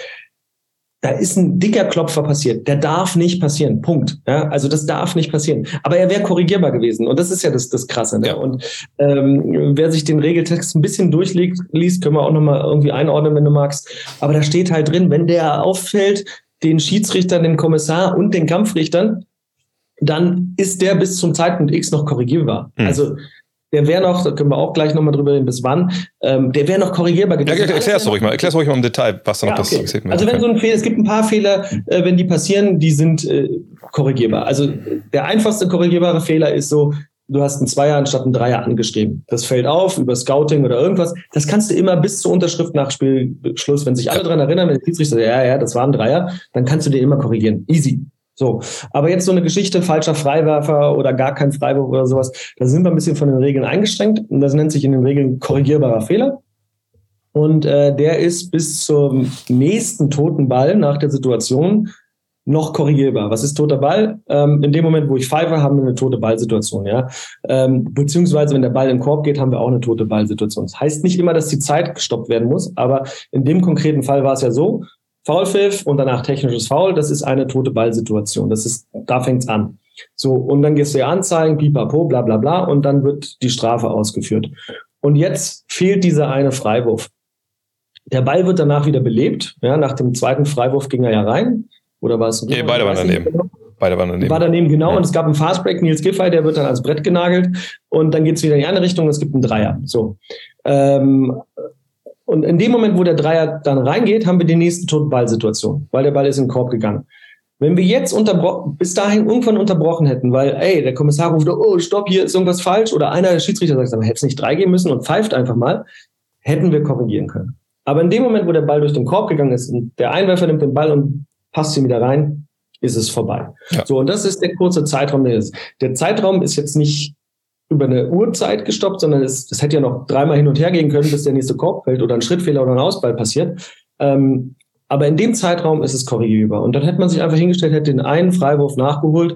da ist ein dicker Klopfer passiert. Der darf nicht passieren. Punkt. Ja, also das darf nicht passieren. Aber er wäre korrigierbar gewesen. Und das ist ja das, das Krasse. Ne? Ja. Und ähm, wer sich den Regeltext ein bisschen durchliest, können wir auch nochmal irgendwie einordnen, wenn du magst. Aber da steht halt drin, wenn der auffällt, den Schiedsrichtern, den Kommissar und den Kampfrichtern, dann ist der bis zum Zeitpunkt X noch korrigierbar. Mhm. Also der wäre noch, da können wir auch gleich nochmal drüber reden, bis wann, ähm, der wäre noch korrigierbar gewesen. Ja, erklär's ruhig mal, erklär's ruhig mal im Detail, was da noch ja, okay. passiert. Also wenn so ein Fehler, es gibt ein paar Fehler, äh, wenn die passieren, die sind äh, korrigierbar. Also der einfachste korrigierbare Fehler ist so, du hast einen Zweier anstatt einen Dreier angeschrieben. Das fällt auf über Scouting oder irgendwas. Das kannst du immer bis zur Unterschrift nach Spielschluss, wenn sich alle daran erinnern, wenn der Schiedsrichter sagt, ja, ja, das war ein Dreier, dann kannst du den immer korrigieren. Easy. So, aber jetzt so eine Geschichte, falscher Freiwerfer oder gar kein Freiwurf oder sowas, da sind wir ein bisschen von den Regeln eingeschränkt und das nennt sich in den Regeln korrigierbarer Fehler und äh, der ist bis zum nächsten toten Ball nach der Situation noch korrigierbar. Was ist toter Ball? Ähm, in dem Moment, wo ich pfeife, haben wir eine tote Ballsituation, ja. Ähm, beziehungsweise, wenn der Ball in den Korb geht, haben wir auch eine tote Ballsituation. Das heißt nicht immer, dass die Zeit gestoppt werden muss, aber in dem konkreten Fall war es ja so, Foulpfiff und danach technisches Foul, das ist eine tote Ballsituation. Das ist, da fängt's an. So, und dann gehst du ja anzeigen, pipapo, bla bla bla, und dann wird die Strafe ausgeführt. Und jetzt fehlt dieser eine Freiwurf. Der Ball wird danach wieder belebt. Ja, nach dem zweiten Freiwurf ging er ja rein. Oder war es? Nee, beide waren daneben. Genau. Beide waren daneben. War daneben, genau. Ja. Und es gab einen Fastbreak, Nils Giffey, der wird dann ans Brett genagelt. Und dann geht's wieder in die andere Richtung. Es gibt einen Dreier. So. Ähm, Und in dem Moment, wo der Dreier dann reingeht, haben wir die nächste Tote-Ball-Situation, weil der Ball ist in den Korb gegangen. Wenn wir jetzt unterbrochen, bis dahin irgendwann unterbrochen hätten, weil, ey, der Kommissar ruft, oh, stopp, hier ist irgendwas falsch, oder einer der Schiedsrichter sagt, aber hätte es nicht drei geben müssen und pfeift einfach mal, hätten wir korrigieren können. Aber in dem Moment, wo der Ball durch den Korb gegangen ist und der Einwerfer nimmt den Ball und passt ihn wieder rein, ist es vorbei. Ja. So, und das ist der kurze Zeitraum, der ist. Der Zeitraum ist jetzt nicht über eine Uhrzeit gestoppt, sondern es, es hätte ja noch dreimal hin und her gehen können, bis der nächste Korb fällt oder ein Schrittfehler oder ein Ausball passiert. Ähm, aber in dem Zeitraum ist es korrigierbar. Und dann hätte man sich einfach hingestellt, hätte den einen Freiwurf nachgeholt.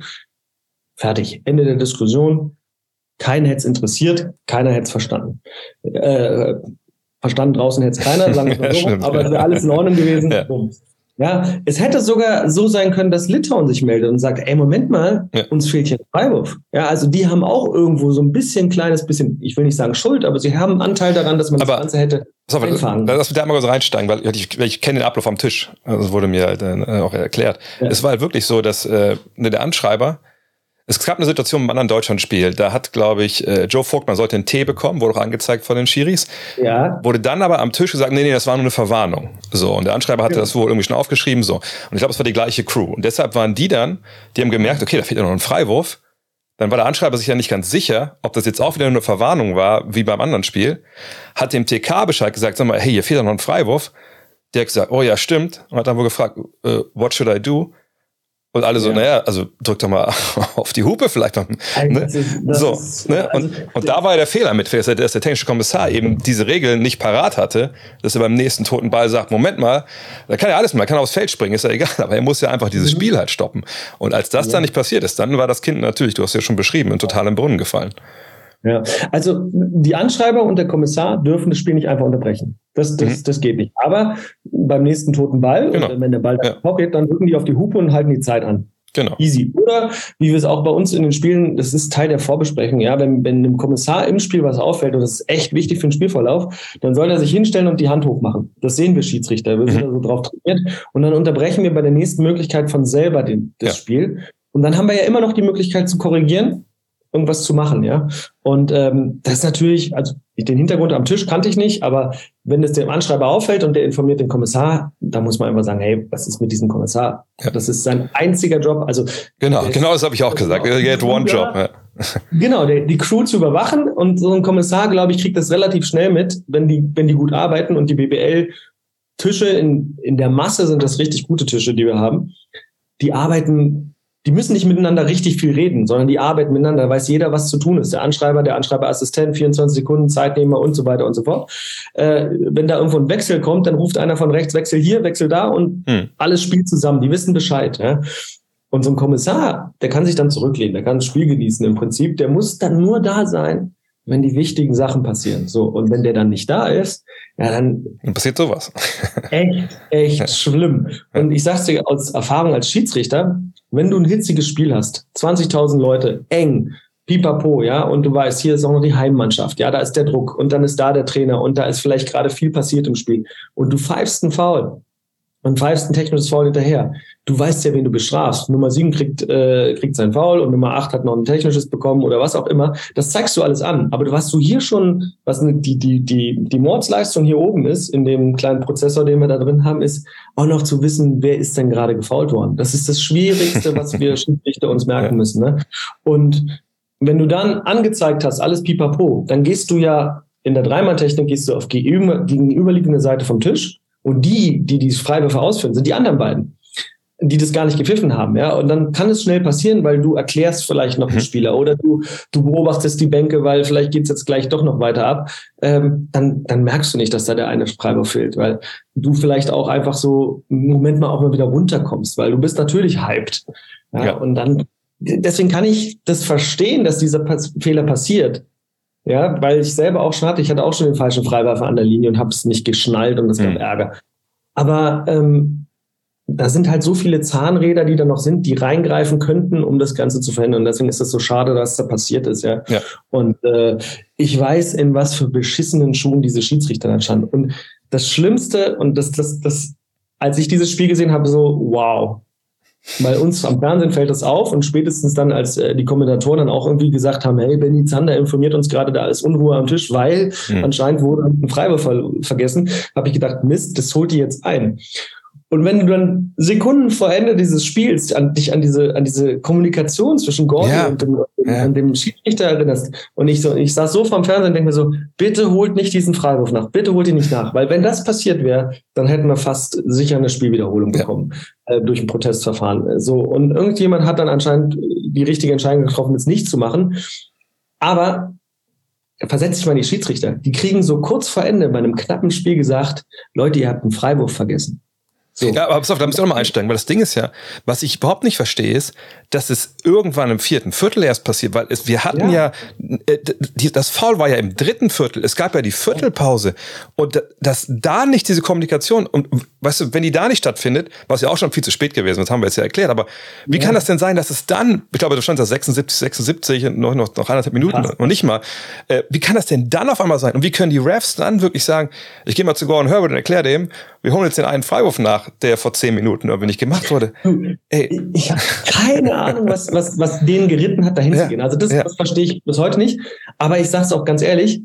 Fertig. Ende der Diskussion. Keinen hätte es interessiert, keiner hätte es verstanden. Äh, verstanden draußen hätte es keiner, sagen wir mal so, ja, stimmt, aber es ja. wäre alles in Ordnung gewesen. Ja. Ja, es hätte sogar so sein können, dass Litauen sich meldet und sagt, ey, Moment mal, ja. uns fehlt hier ein Freiwurf. Ja, also die haben auch irgendwo so ein bisschen, kleines bisschen, ich will nicht sagen Schuld, aber sie haben einen Anteil daran, dass man aber, das Ganze hätte auf, einfangen. Lass mich da mal kurz reinsteigen, weil ich, ich kenne den Ablauf am Tisch. Das wurde mir halt, äh, auch erklärt. Ja. Es war halt wirklich so, dass äh, der Anschreiber, es gab eine Situation im anderen Deutschlandspiel, da hat, glaube ich, äh, Joe Vogtmann sollte einen Tee bekommen, wurde auch angezeigt von den Schiris. Ja. Wurde dann aber am Tisch gesagt, nee, nee, das war nur eine Verwarnung. So, und der Anschreiber hatte ja. das wohl irgendwie schon aufgeschrieben, so. Und ich glaube, es war die gleiche Crew. Und deshalb waren die dann, die haben gemerkt, okay, da fehlt ja noch ein Freiwurf. Dann war der Anschreiber sich ja nicht ganz sicher, ob das jetzt auch wieder nur eine Verwarnung war, wie beim anderen Spiel. Hat dem T K Bescheid gesagt, sag mal, hey, hier fehlt ja noch ein Freiwurf. Der hat gesagt, oh ja, stimmt. Und hat dann wohl gefragt, uh, what should I do? Und alle so, ja. naja, also drück doch mal auf die Hupe vielleicht mal. Ne? Das ist, das so, ist, ne? Und, also, und da war ja der Fehler mit, dass der, dass der technische Kommissar eben diese Regeln nicht parat hatte, dass er beim nächsten toten Ball sagt, Moment mal, da kann ja alles mal, er kann aufs Feld springen, ist ja egal, aber er muss ja einfach dieses mhm. Spiel halt stoppen. Und als das ja. dann nicht passiert ist, dann war das Kind natürlich, du hast ja schon beschrieben, in total im Brunnen gefallen. Ja, also die Anschreiber und der Kommissar dürfen das Spiel nicht einfach unterbrechen. Das, das, mhm. das geht nicht. Aber beim nächsten toten Ball, genau. wenn der Ball ja. da geht, dann drücken die auf die Hupe und halten die Zeit an. Genau. Easy. Oder wie wir es auch bei uns in den Spielen, das ist Teil der Vorbesprechung, ja, wenn, wenn dem Kommissar im Spiel was auffällt und das ist echt wichtig für den Spielverlauf, dann soll er sich hinstellen und die Hand hochmachen. Das sehen wir Schiedsrichter, wir sind mhm. da so drauf trainiert. Und dann unterbrechen wir bei der nächsten Möglichkeit von selber den, das ja. Spiel. Und dann haben wir ja immer noch die Möglichkeit zu korrigieren, irgendwas zu machen, ja. Und ähm, das ist natürlich, also den Hintergrund am Tisch kannte ich nicht, aber wenn es dem Anschreiber auffällt und der informiert den Kommissar, da muss man immer sagen, hey, was ist mit diesem Kommissar? Ja. Das ist sein einziger Job. Also genau, genau, das habe ich auch gesagt. Er hat one job. Ja. Genau, der, die Crew zu überwachen und so ein Kommissar, glaube ich, kriegt das relativ schnell mit, wenn die, wenn die gut arbeiten und die B B L-Tische in in der Masse sind das richtig gute Tische, die wir haben. Die arbeiten. Die müssen nicht miteinander richtig viel reden, sondern die arbeiten miteinander. Da weiß jeder, was zu tun ist. Der Anschreiber, der Anschreiberassistent, vierundzwanzig Sekunden, Zeitnehmer und so weiter und so fort. Äh, wenn da irgendwo ein Wechsel kommt, dann ruft einer von rechts, Wechsel hier, Wechsel da und hm. alles spielt zusammen. Die wissen Bescheid. Ja? Und so ein Kommissar, der kann sich dann zurücklehnen, der kann das Spiel genießen im Prinzip. Der muss dann nur da sein, wenn die wichtigen Sachen passieren. So, und wenn der dann nicht da ist, ja, dann, dann passiert sowas. Echt, echt schlimm. Und ich sag's dir aus Erfahrung als Schiedsrichter, wenn du ein hitziges Spiel hast, zwanzigtausend Leute, eng, pipapo, ja, und du weißt, hier ist auch noch die Heimmannschaft, ja, da ist der Druck und dann ist da der Trainer und da ist vielleicht gerade viel passiert im Spiel und du pfeifst einen Foul und pfeifst ein technisches Foul hinterher. Du weißt ja, wen du bestrafst. Nummer sieben kriegt, äh, kriegt sein Foul und Nummer acht hat noch ein technisches bekommen oder was auch immer. Das zeigst du alles an. Aber was du hier schon, was die, die, die, die Mordsleistung hier oben ist, in dem kleinen Prozessor, den wir da drin haben, ist auch noch zu wissen, wer ist denn gerade gefoult worden. Das ist das Schwierigste, was wir Schiedsrichter uns merken müssen. Ne? Und wenn du dann angezeigt hast, alles pipapo, dann gehst du ja in der Dreimann-Technik gehst du auf die gegenüberliegende Seite vom Tisch und die, die die Freiwürfe ausführen, sind die anderen beiden, die das gar nicht gepfiffen haben. Ja? Und dann kann es schnell passieren, weil du erklärst vielleicht noch den Spieler oder du, du beobachtest die Bänke, weil vielleicht geht es jetzt gleich doch noch weiter ab. Ähm, dann, dann merkst du nicht, dass da der eine Freiwurf fehlt, weil du vielleicht auch einfach so einen Moment mal auch mal wieder runterkommst, weil du bist natürlich hyped. Ja? Ja. Und dann, deswegen kann ich das verstehen, dass dieser Pas- Fehler passiert. Ja, weil ich selber auch schon hatte, ich hatte auch schon den falschen Freiwerfer an der Linie und habe es nicht geschnallt und das gab mhm. Ärger. Aber ähm, da sind halt so viele Zahnräder, die da noch sind, die reingreifen könnten, um das Ganze zu verhindern. Und deswegen ist es so schade, dass da passiert ist. Ja. ja. Und äh, ich weiß, in was für beschissenen Schuhen diese Schiedsrichter dann standen. Und das Schlimmste, und das, das, das, als ich dieses Spiel gesehen habe, so wow. Weil uns am Fernsehen fällt das auf und spätestens dann, als äh, die Kommentatoren dann auch irgendwie gesagt haben, hey, Benny Zander informiert uns gerade, da ist Unruhe am Tisch, weil mhm. anscheinend wurde ein Freiwurf ver- vergessen, habe ich gedacht, Mist, das holt die jetzt ein. Und wenn du dann Sekunden vor Ende dieses Spiels an dich an diese an diese Kommunikation zwischen Gordon ja. und, dem, ja. und dem Schiedsrichter erinnerst und ich so ich saß so vorm Fernsehen und denke mir so, bitte holt nicht diesen Freiwurf nach, bitte holt ihn nicht nach, weil wenn das passiert wäre, dann hätten wir fast sicher eine Spielwiederholung bekommen ja. äh, durch ein Protestverfahren. So, und irgendjemand hat dann anscheinend die richtige Entscheidung getroffen, es nicht zu machen. Aber versetzt sich mal die Schiedsrichter, die kriegen so kurz vor Ende bei einem knappen Spiel gesagt, Leute, ihr habt einen Freiwurf vergessen. So. Ja, aber pass auf, da müssen wir nochmal einsteigen, weil das Ding ist ja, was ich überhaupt nicht verstehe, ist, dass es irgendwann im vierten Viertel erst passiert, weil es, wir hatten ja, ja äh, die, das Foul war ja im dritten Viertel, es gab ja die Viertelpause und dass da nicht diese Kommunikation, und weißt du, wenn die da nicht stattfindet, was ja auch schon viel zu spät gewesen, das haben wir jetzt ja erklärt, aber wie ja. kann das denn sein, dass es dann, ich glaube, du standst da sechsundsiebzig, sechsundsiebzig, noch, noch, noch anderthalb Minuten, Krass. noch nicht mal, äh, wie kann das denn dann auf einmal sein und wie können die Refs dann wirklich sagen, ich gehe mal zu Gordon Herbert und erkläre dem, wir holen jetzt den einen Freiwurf nach, der vor zehn Minuten irgendwie nicht gemacht wurde. Ey. Ich habe keine Ahnung, was, was, was denen geritten hat, dahin ja. zu gehen. Also das, ja. das verstehe ich bis heute nicht. Aber ich sage es auch ganz ehrlich,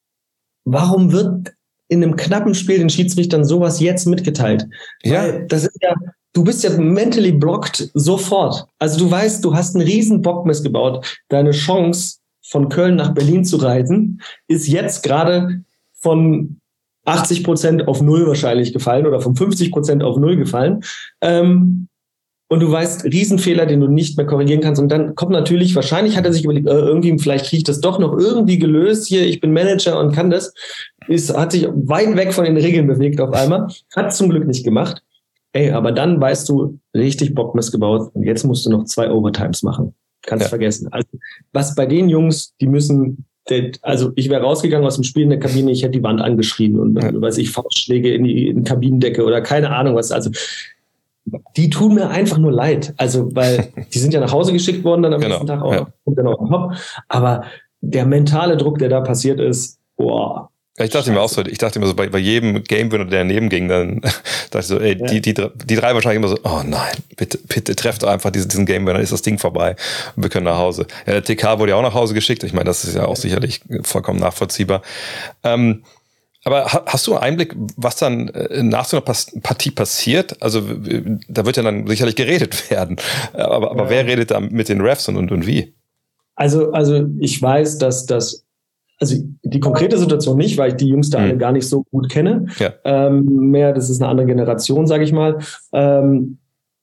warum wird in einem knappen Spiel den Schiedsrichtern sowas jetzt mitgeteilt? Ja. Weil das ist ja, du bist ja mentally blocked sofort. Also du weißt, du hast einen riesen Bockmist gebaut. Deine Chance, von Köln nach Berlin zu reisen, ist jetzt gerade von achtzig Prozent auf null wahrscheinlich gefallen oder von fünfzig Prozent auf null gefallen. Ähm, und du weißt, Riesenfehler, den du nicht mehr korrigieren kannst. Und dann kommt natürlich, wahrscheinlich hat er sich überlegt, äh, irgendwie, vielleicht kriege ich das doch noch irgendwie gelöst. Hier, ich bin Manager und kann das. Ist, hat sich weit weg von den Regeln bewegt auf einmal. Hat zum Glück nicht gemacht. Ey, aber dann weißt du, richtig Bockmist gebaut. Und jetzt musst du noch zwei Overtimes machen. Kannst ja. vergessen. Also, was bei den Jungs, die müssen... Also ich wäre rausgegangen aus dem Spiel in der Kabine, ich hätte die Wand angeschrien und ja. weiß ich, Faustschläge in die, in die Kabinendecke oder keine Ahnung was. Also die tun mir einfach nur leid. Also weil die sind ja nach Hause geschickt worden dann am genau. nächsten Tag auch ja. und dann auch noch Top. Aber der mentale Druck, der da passiert ist, boah. Ja, ich dachte mir auch so, ich dachte mir so, bei, bei jedem Game-Winner, der daneben ging, dann dachte ich so, ey, ja. die, die, die drei wahrscheinlich immer so, oh nein, bitte, bitte trefft einfach diesen, diesen Game-Winner, dann ist das Ding vorbei und wir können nach Hause. Ja, der T K wurde ja auch nach Hause geschickt, ich meine, das ist ja auch sicherlich vollkommen nachvollziehbar. Ähm, aber hast du einen Einblick, was dann nach so einer Partie passiert? Also da wird ja dann sicherlich geredet werden, aber, aber ja. wer redet da mit den Refs und, und, und wie? Also, also ich weiß, dass das Also die konkrete Situation nicht, weil ich die Jungs da alle mhm. gar nicht so gut kenne. Ja. Ähm, mehr, das ist eine andere Generation, sage ich mal. Ähm,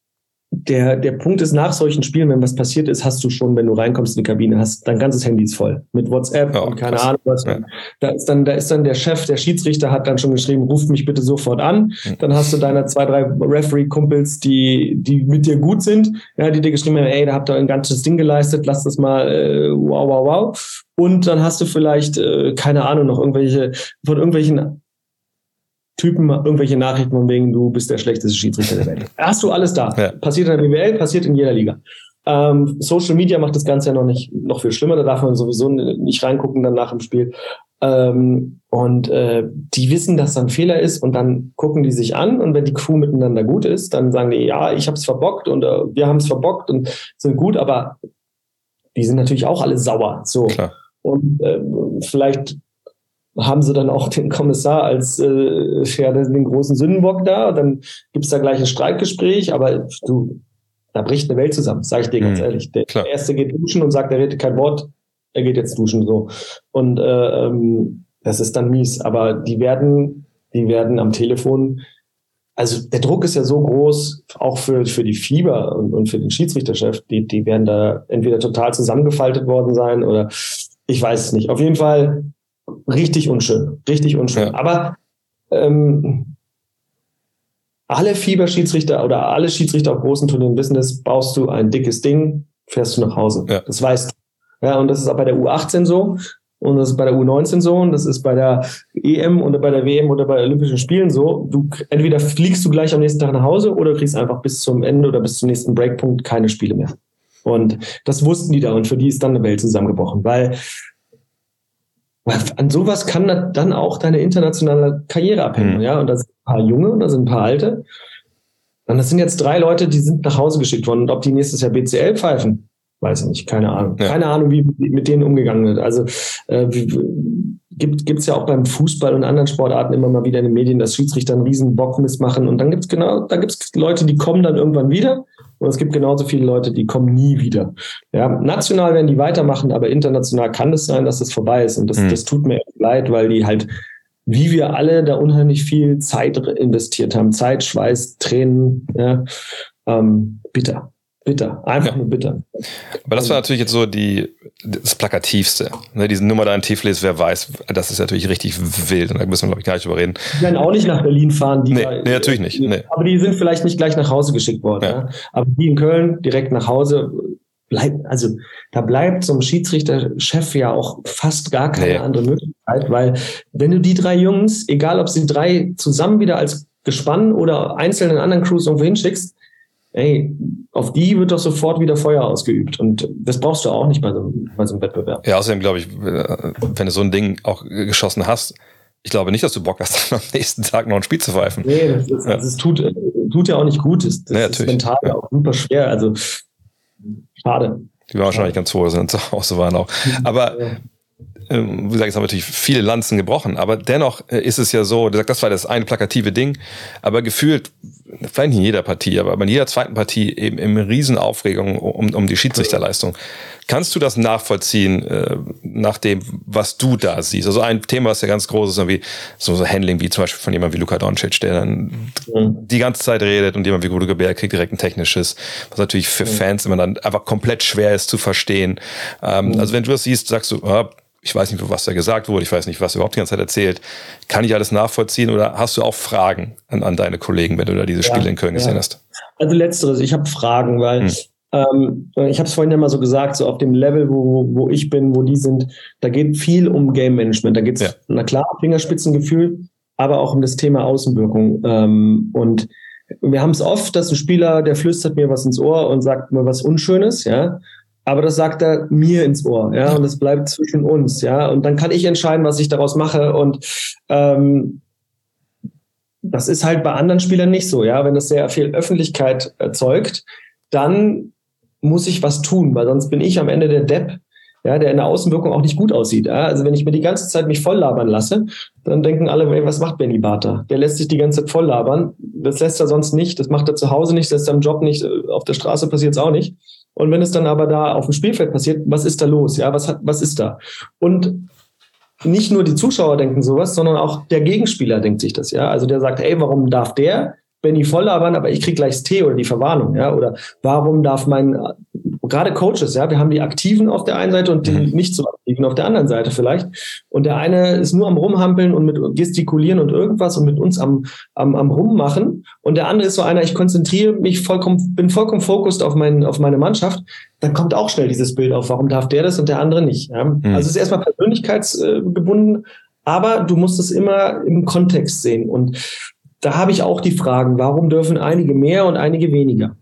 der, der Punkt ist, nach solchen Spielen, wenn was passiert ist, hast du schon, wenn du reinkommst in die Kabine, hast dein ganzes Handy ist voll mit WhatsApp oh, und keine krass. Ahnung was. Ja. Da ist dann, da ist dann der Chef, der Schiedsrichter hat dann schon geschrieben, ruft mich bitte sofort an. Mhm. Dann hast du deine zwei, drei Referee-Kumpels, die, die mit dir gut sind, ja, die dir geschrieben haben, ey, da habt ihr ein ganzes Ding geleistet, lass das mal, äh, wow, wow, wow. Und dann hast du vielleicht, äh, keine Ahnung, noch irgendwelche, von irgendwelchen Typen, irgendwelche Nachrichten von wegen, du bist der schlechteste Schiedsrichter der Welt. Hast du alles da. Ja. Passiert in der B W L, passiert in jeder Liga. Ähm, Social Media macht das Ganze ja noch nicht, noch viel schlimmer, da darf man sowieso nicht reingucken dann nach dem Spiel. Ähm, und äh, die wissen, dass da ein Fehler ist und dann gucken die sich an und wenn die Crew miteinander gut ist, dann sagen die, ja, ich habe es verbockt und äh, wir haben es verbockt und sind gut, aber die sind natürlich auch alle sauer. So. Klar. Und äh, vielleicht haben sie dann auch den Kommissar als äh, ja, den großen Sündenbock da und dann gibt es da gleich ein Streitgespräch, aber du, da bricht eine Welt zusammen, sage ich dir ganz mhm. ehrlich. Der Klar. Erste geht duschen und sagt, er redet kein Wort, er geht jetzt duschen, so. Und äh, ähm, das ist dann mies. Aber die werden, die werden am Telefon, also der Druck ist ja so groß, auch für, für die Fieber und, und für den Schiedsrichterchef, die, die werden da entweder total zusammengefaltet worden sein oder ich weiß es nicht. Auf jeden Fall richtig unschön, richtig unschön. Ja. Aber ähm, alle Fieberschiedsrichter oder alle Schiedsrichter auf großen Turnieren wissen das, baust du ein dickes Ding, fährst du nach Hause. Ja. Das weißt du. Ja, und das ist auch bei der U achtzehn so und das ist bei der U neunzehn so und das ist bei der E M oder bei der W M oder bei Olympischen Spielen so. Du entweder fliegst du gleich am nächsten Tag nach Hause oder kriegst einfach bis zum Ende oder bis zum nächsten Breakpunkt keine Spiele mehr. Und das wussten die da und für die ist dann eine Welt zusammengebrochen, weil an sowas kann dann auch deine internationale Karriere abhängen. Mhm. Ja, und da sind ein paar Junge und da sind ein paar Alte. Und das sind jetzt drei Leute, die sind nach Hause geschickt worden. Und ob die nächstes Jahr B C L pfeifen, weiß ich nicht, keine Ahnung. Ja. Keine Ahnung, wie mit denen umgegangen wird. Also äh, gibt es ja auch beim Fußball und anderen Sportarten immer mal wieder in den Medien, dass Schiedsrichter einen riesen Bockmist machen. Und dann gibt es genau, da gibt es Leute, die kommen dann irgendwann wieder. Und es gibt genauso viele Leute, die kommen nie wieder. Ja, national werden die weitermachen, aber international kann es sein, dass das vorbei ist. Und das, mhm. das tut mir echt leid, weil die halt, wie wir alle, da unheimlich viel Zeit investiert haben. Zeit, Schweiß, Tränen. Ja, ähm, bitter. Bitter, einfach ja. nur bitter. Aber das war natürlich jetzt so die, das Plakativste. Ne, diese Nummer da in Tiflis, wer weiß, das ist natürlich richtig wild und da müssen wir, glaube ich, gar nicht drüber reden. Die werden auch nicht nach Berlin fahren. Die nee, da, nee, natürlich nicht. Nee. Aber die sind vielleicht nicht gleich nach Hause geschickt worden. Ja. Ja. Aber die in Köln direkt nach Hause, bleibt, also da bleibt so ein Schiedsrichterchef ja auch fast gar keine nee. andere Möglichkeit, weil wenn du die drei Jungs, egal ob sie drei zusammen wieder als Gespann oder einzeln in anderen Crews irgendwo hinschickst, ey, auf die wird doch sofort wieder Feuer ausgeübt. Und das brauchst du auch nicht bei so, bei so einem Wettbewerb. Ja, außerdem glaube ich, wenn du so ein Ding auch geschossen hast, ich glaube nicht, dass du Bock hast, am nächsten Tag noch ein Spiel zu pfeifen. Nee, das, ist, ja. das tut, tut ja auch nicht gut. Das, das ja, ist mental ja. auch super schwer. Also, schade. Die waren wahrscheinlich ganz froh, dass sie zu Hause waren auch. Aber ja. wie gesagt, es haben natürlich viele Lanzen gebrochen, aber dennoch ist es ja so, das war das eine plakative Ding, aber gefühlt, vielleicht nicht in jeder Partie, aber in jeder zweiten Partie eben in Riesenaufregung um, um die Schiedsrichterleistung. Kannst du das nachvollziehen, äh, nach dem, was du da siehst? Also ein Thema, was ja ganz groß ist, irgendwie so, so Handling, wie zum Beispiel von jemandem wie Luka Doncic, der dann mhm. die ganze Zeit redet und jemand wie Rudy Gobert kriegt direkt ein technisches, was natürlich für mhm. Fans immer dann einfach komplett schwer ist zu verstehen. Ähm, mhm. Also wenn du das siehst, sagst du, ah, ich weiß nicht, was da gesagt wurde, ich weiß nicht, was er überhaupt die ganze Zeit erzählt. Kann ich alles nachvollziehen oder hast du auch Fragen an, an deine Kollegen, wenn du da diese Spiele ja, in Köln gesehen ja. hast? Also letzteres, ich habe Fragen, weil hm. ähm, ich habe es vorhin ja mal so gesagt, so auf dem Level, wo, wo ich bin, wo die sind, da geht viel um Game Management. Da geht es, ja. na klar, Fingerspitzengefühl, aber auch um das Thema Außenwirkung. Ähm, und wir haben es oft, dass ein Spieler, der flüstert mir was ins Ohr und sagt mir was Unschönes, ja. Aber das sagt er mir ins Ohr, ja, und das bleibt zwischen uns, ja, und dann kann ich entscheiden, was ich daraus mache und ähm, das ist halt bei anderen Spielern nicht so, ja, wenn das sehr viel Öffentlichkeit erzeugt, dann muss ich was tun, weil sonst bin ich am Ende der Depp, ja, der in der Außenwirkung auch nicht gut aussieht, ja, also wenn ich mir die ganze Zeit mich voll labern lasse, dann denken alle, ey, was macht Benny Barther? Der lässt sich die ganze Zeit voll labern, das lässt er sonst nicht, das macht er zu Hause nicht, das lässt er im Job nicht, auf der Straße passiert es auch nicht. Und wenn es dann aber da auf dem Spielfeld passiert, was ist da los? Ja, was hat, was ist da? Und nicht nur die Zuschauer denken sowas, sondern auch der Gegenspieler denkt sich das, ja. Also der sagt, ey, warum darf der Benny voll labern, aber ich krieg gleich das T oder die Verwarnung, ja? Oder warum darf mein, gerade Coaches, ja, wir haben die Aktiven auf der einen Seite und die nicht so Aktiven auf der anderen Seite vielleicht. Und der eine ist nur am Rumhampeln und mit gestikulieren und irgendwas und mit uns am, am, am Rummachen. Und der andere ist so einer, ich konzentriere mich vollkommen, bin vollkommen fokussiert auf mein, auf meine Mannschaft. Dann kommt auch schnell dieses Bild auf, warum darf der das und der andere nicht, ja? Mhm. Also es ist erstmal persönlichkeitsgebunden, aber du musst es immer im Kontext sehen. Und da habe ich auch die Fragen, warum dürfen einige mehr und einige weniger?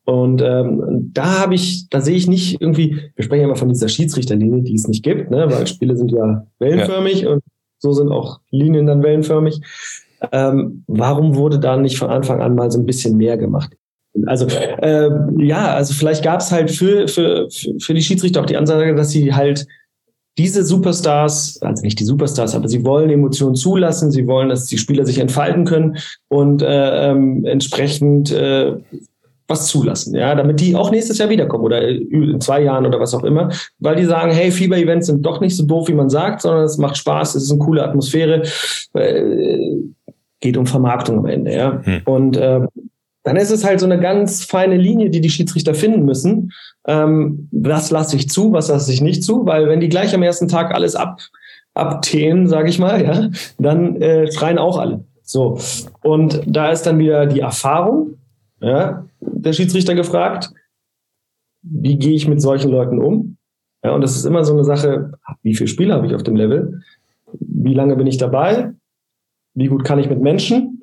Und ähm, da habe ich, da sehe ich nicht irgendwie, wir sprechen ja immer von dieser Schiedsrichterlinie, die es nicht gibt, ne, weil Spiele sind ja wellenförmig ja. und so sind auch Linien dann wellenförmig. Ähm, warum wurde da nicht von Anfang an mal so ein bisschen mehr gemacht? Also äh, ja, also vielleicht gab es halt für, für, für die Schiedsrichter auch die Ansage, dass sie halt diese Superstars, also nicht die Superstars, aber sie wollen Emotionen zulassen, sie wollen, dass die Spieler sich entfalten können und äh, ähm, entsprechend äh, was zulassen, ja, damit die auch nächstes Jahr wiederkommen oder in zwei Jahren oder was auch immer, weil die sagen, hey, Fieber-Events sind doch nicht so doof, wie man sagt, sondern es macht Spaß, es ist eine coole Atmosphäre, äh, geht um Vermarktung am Ende, ja. Hm. Und äh, dann ist es halt so eine ganz feine Linie, die die Schiedsrichter finden müssen. Ähm, was lasse ich zu, was lasse ich nicht zu? Weil wenn die gleich am ersten Tag alles ab, abtehen, sage ich mal, ja, dann äh, schreien auch alle. So. Und da ist dann wieder die Erfahrung, ja, der Schiedsrichter gefragt, wie gehe ich mit solchen Leuten um? Ja, und das ist immer so eine Sache, wie viele Spiele habe ich auf dem Level? Wie lange bin ich dabei? Wie gut kann ich mit Menschen?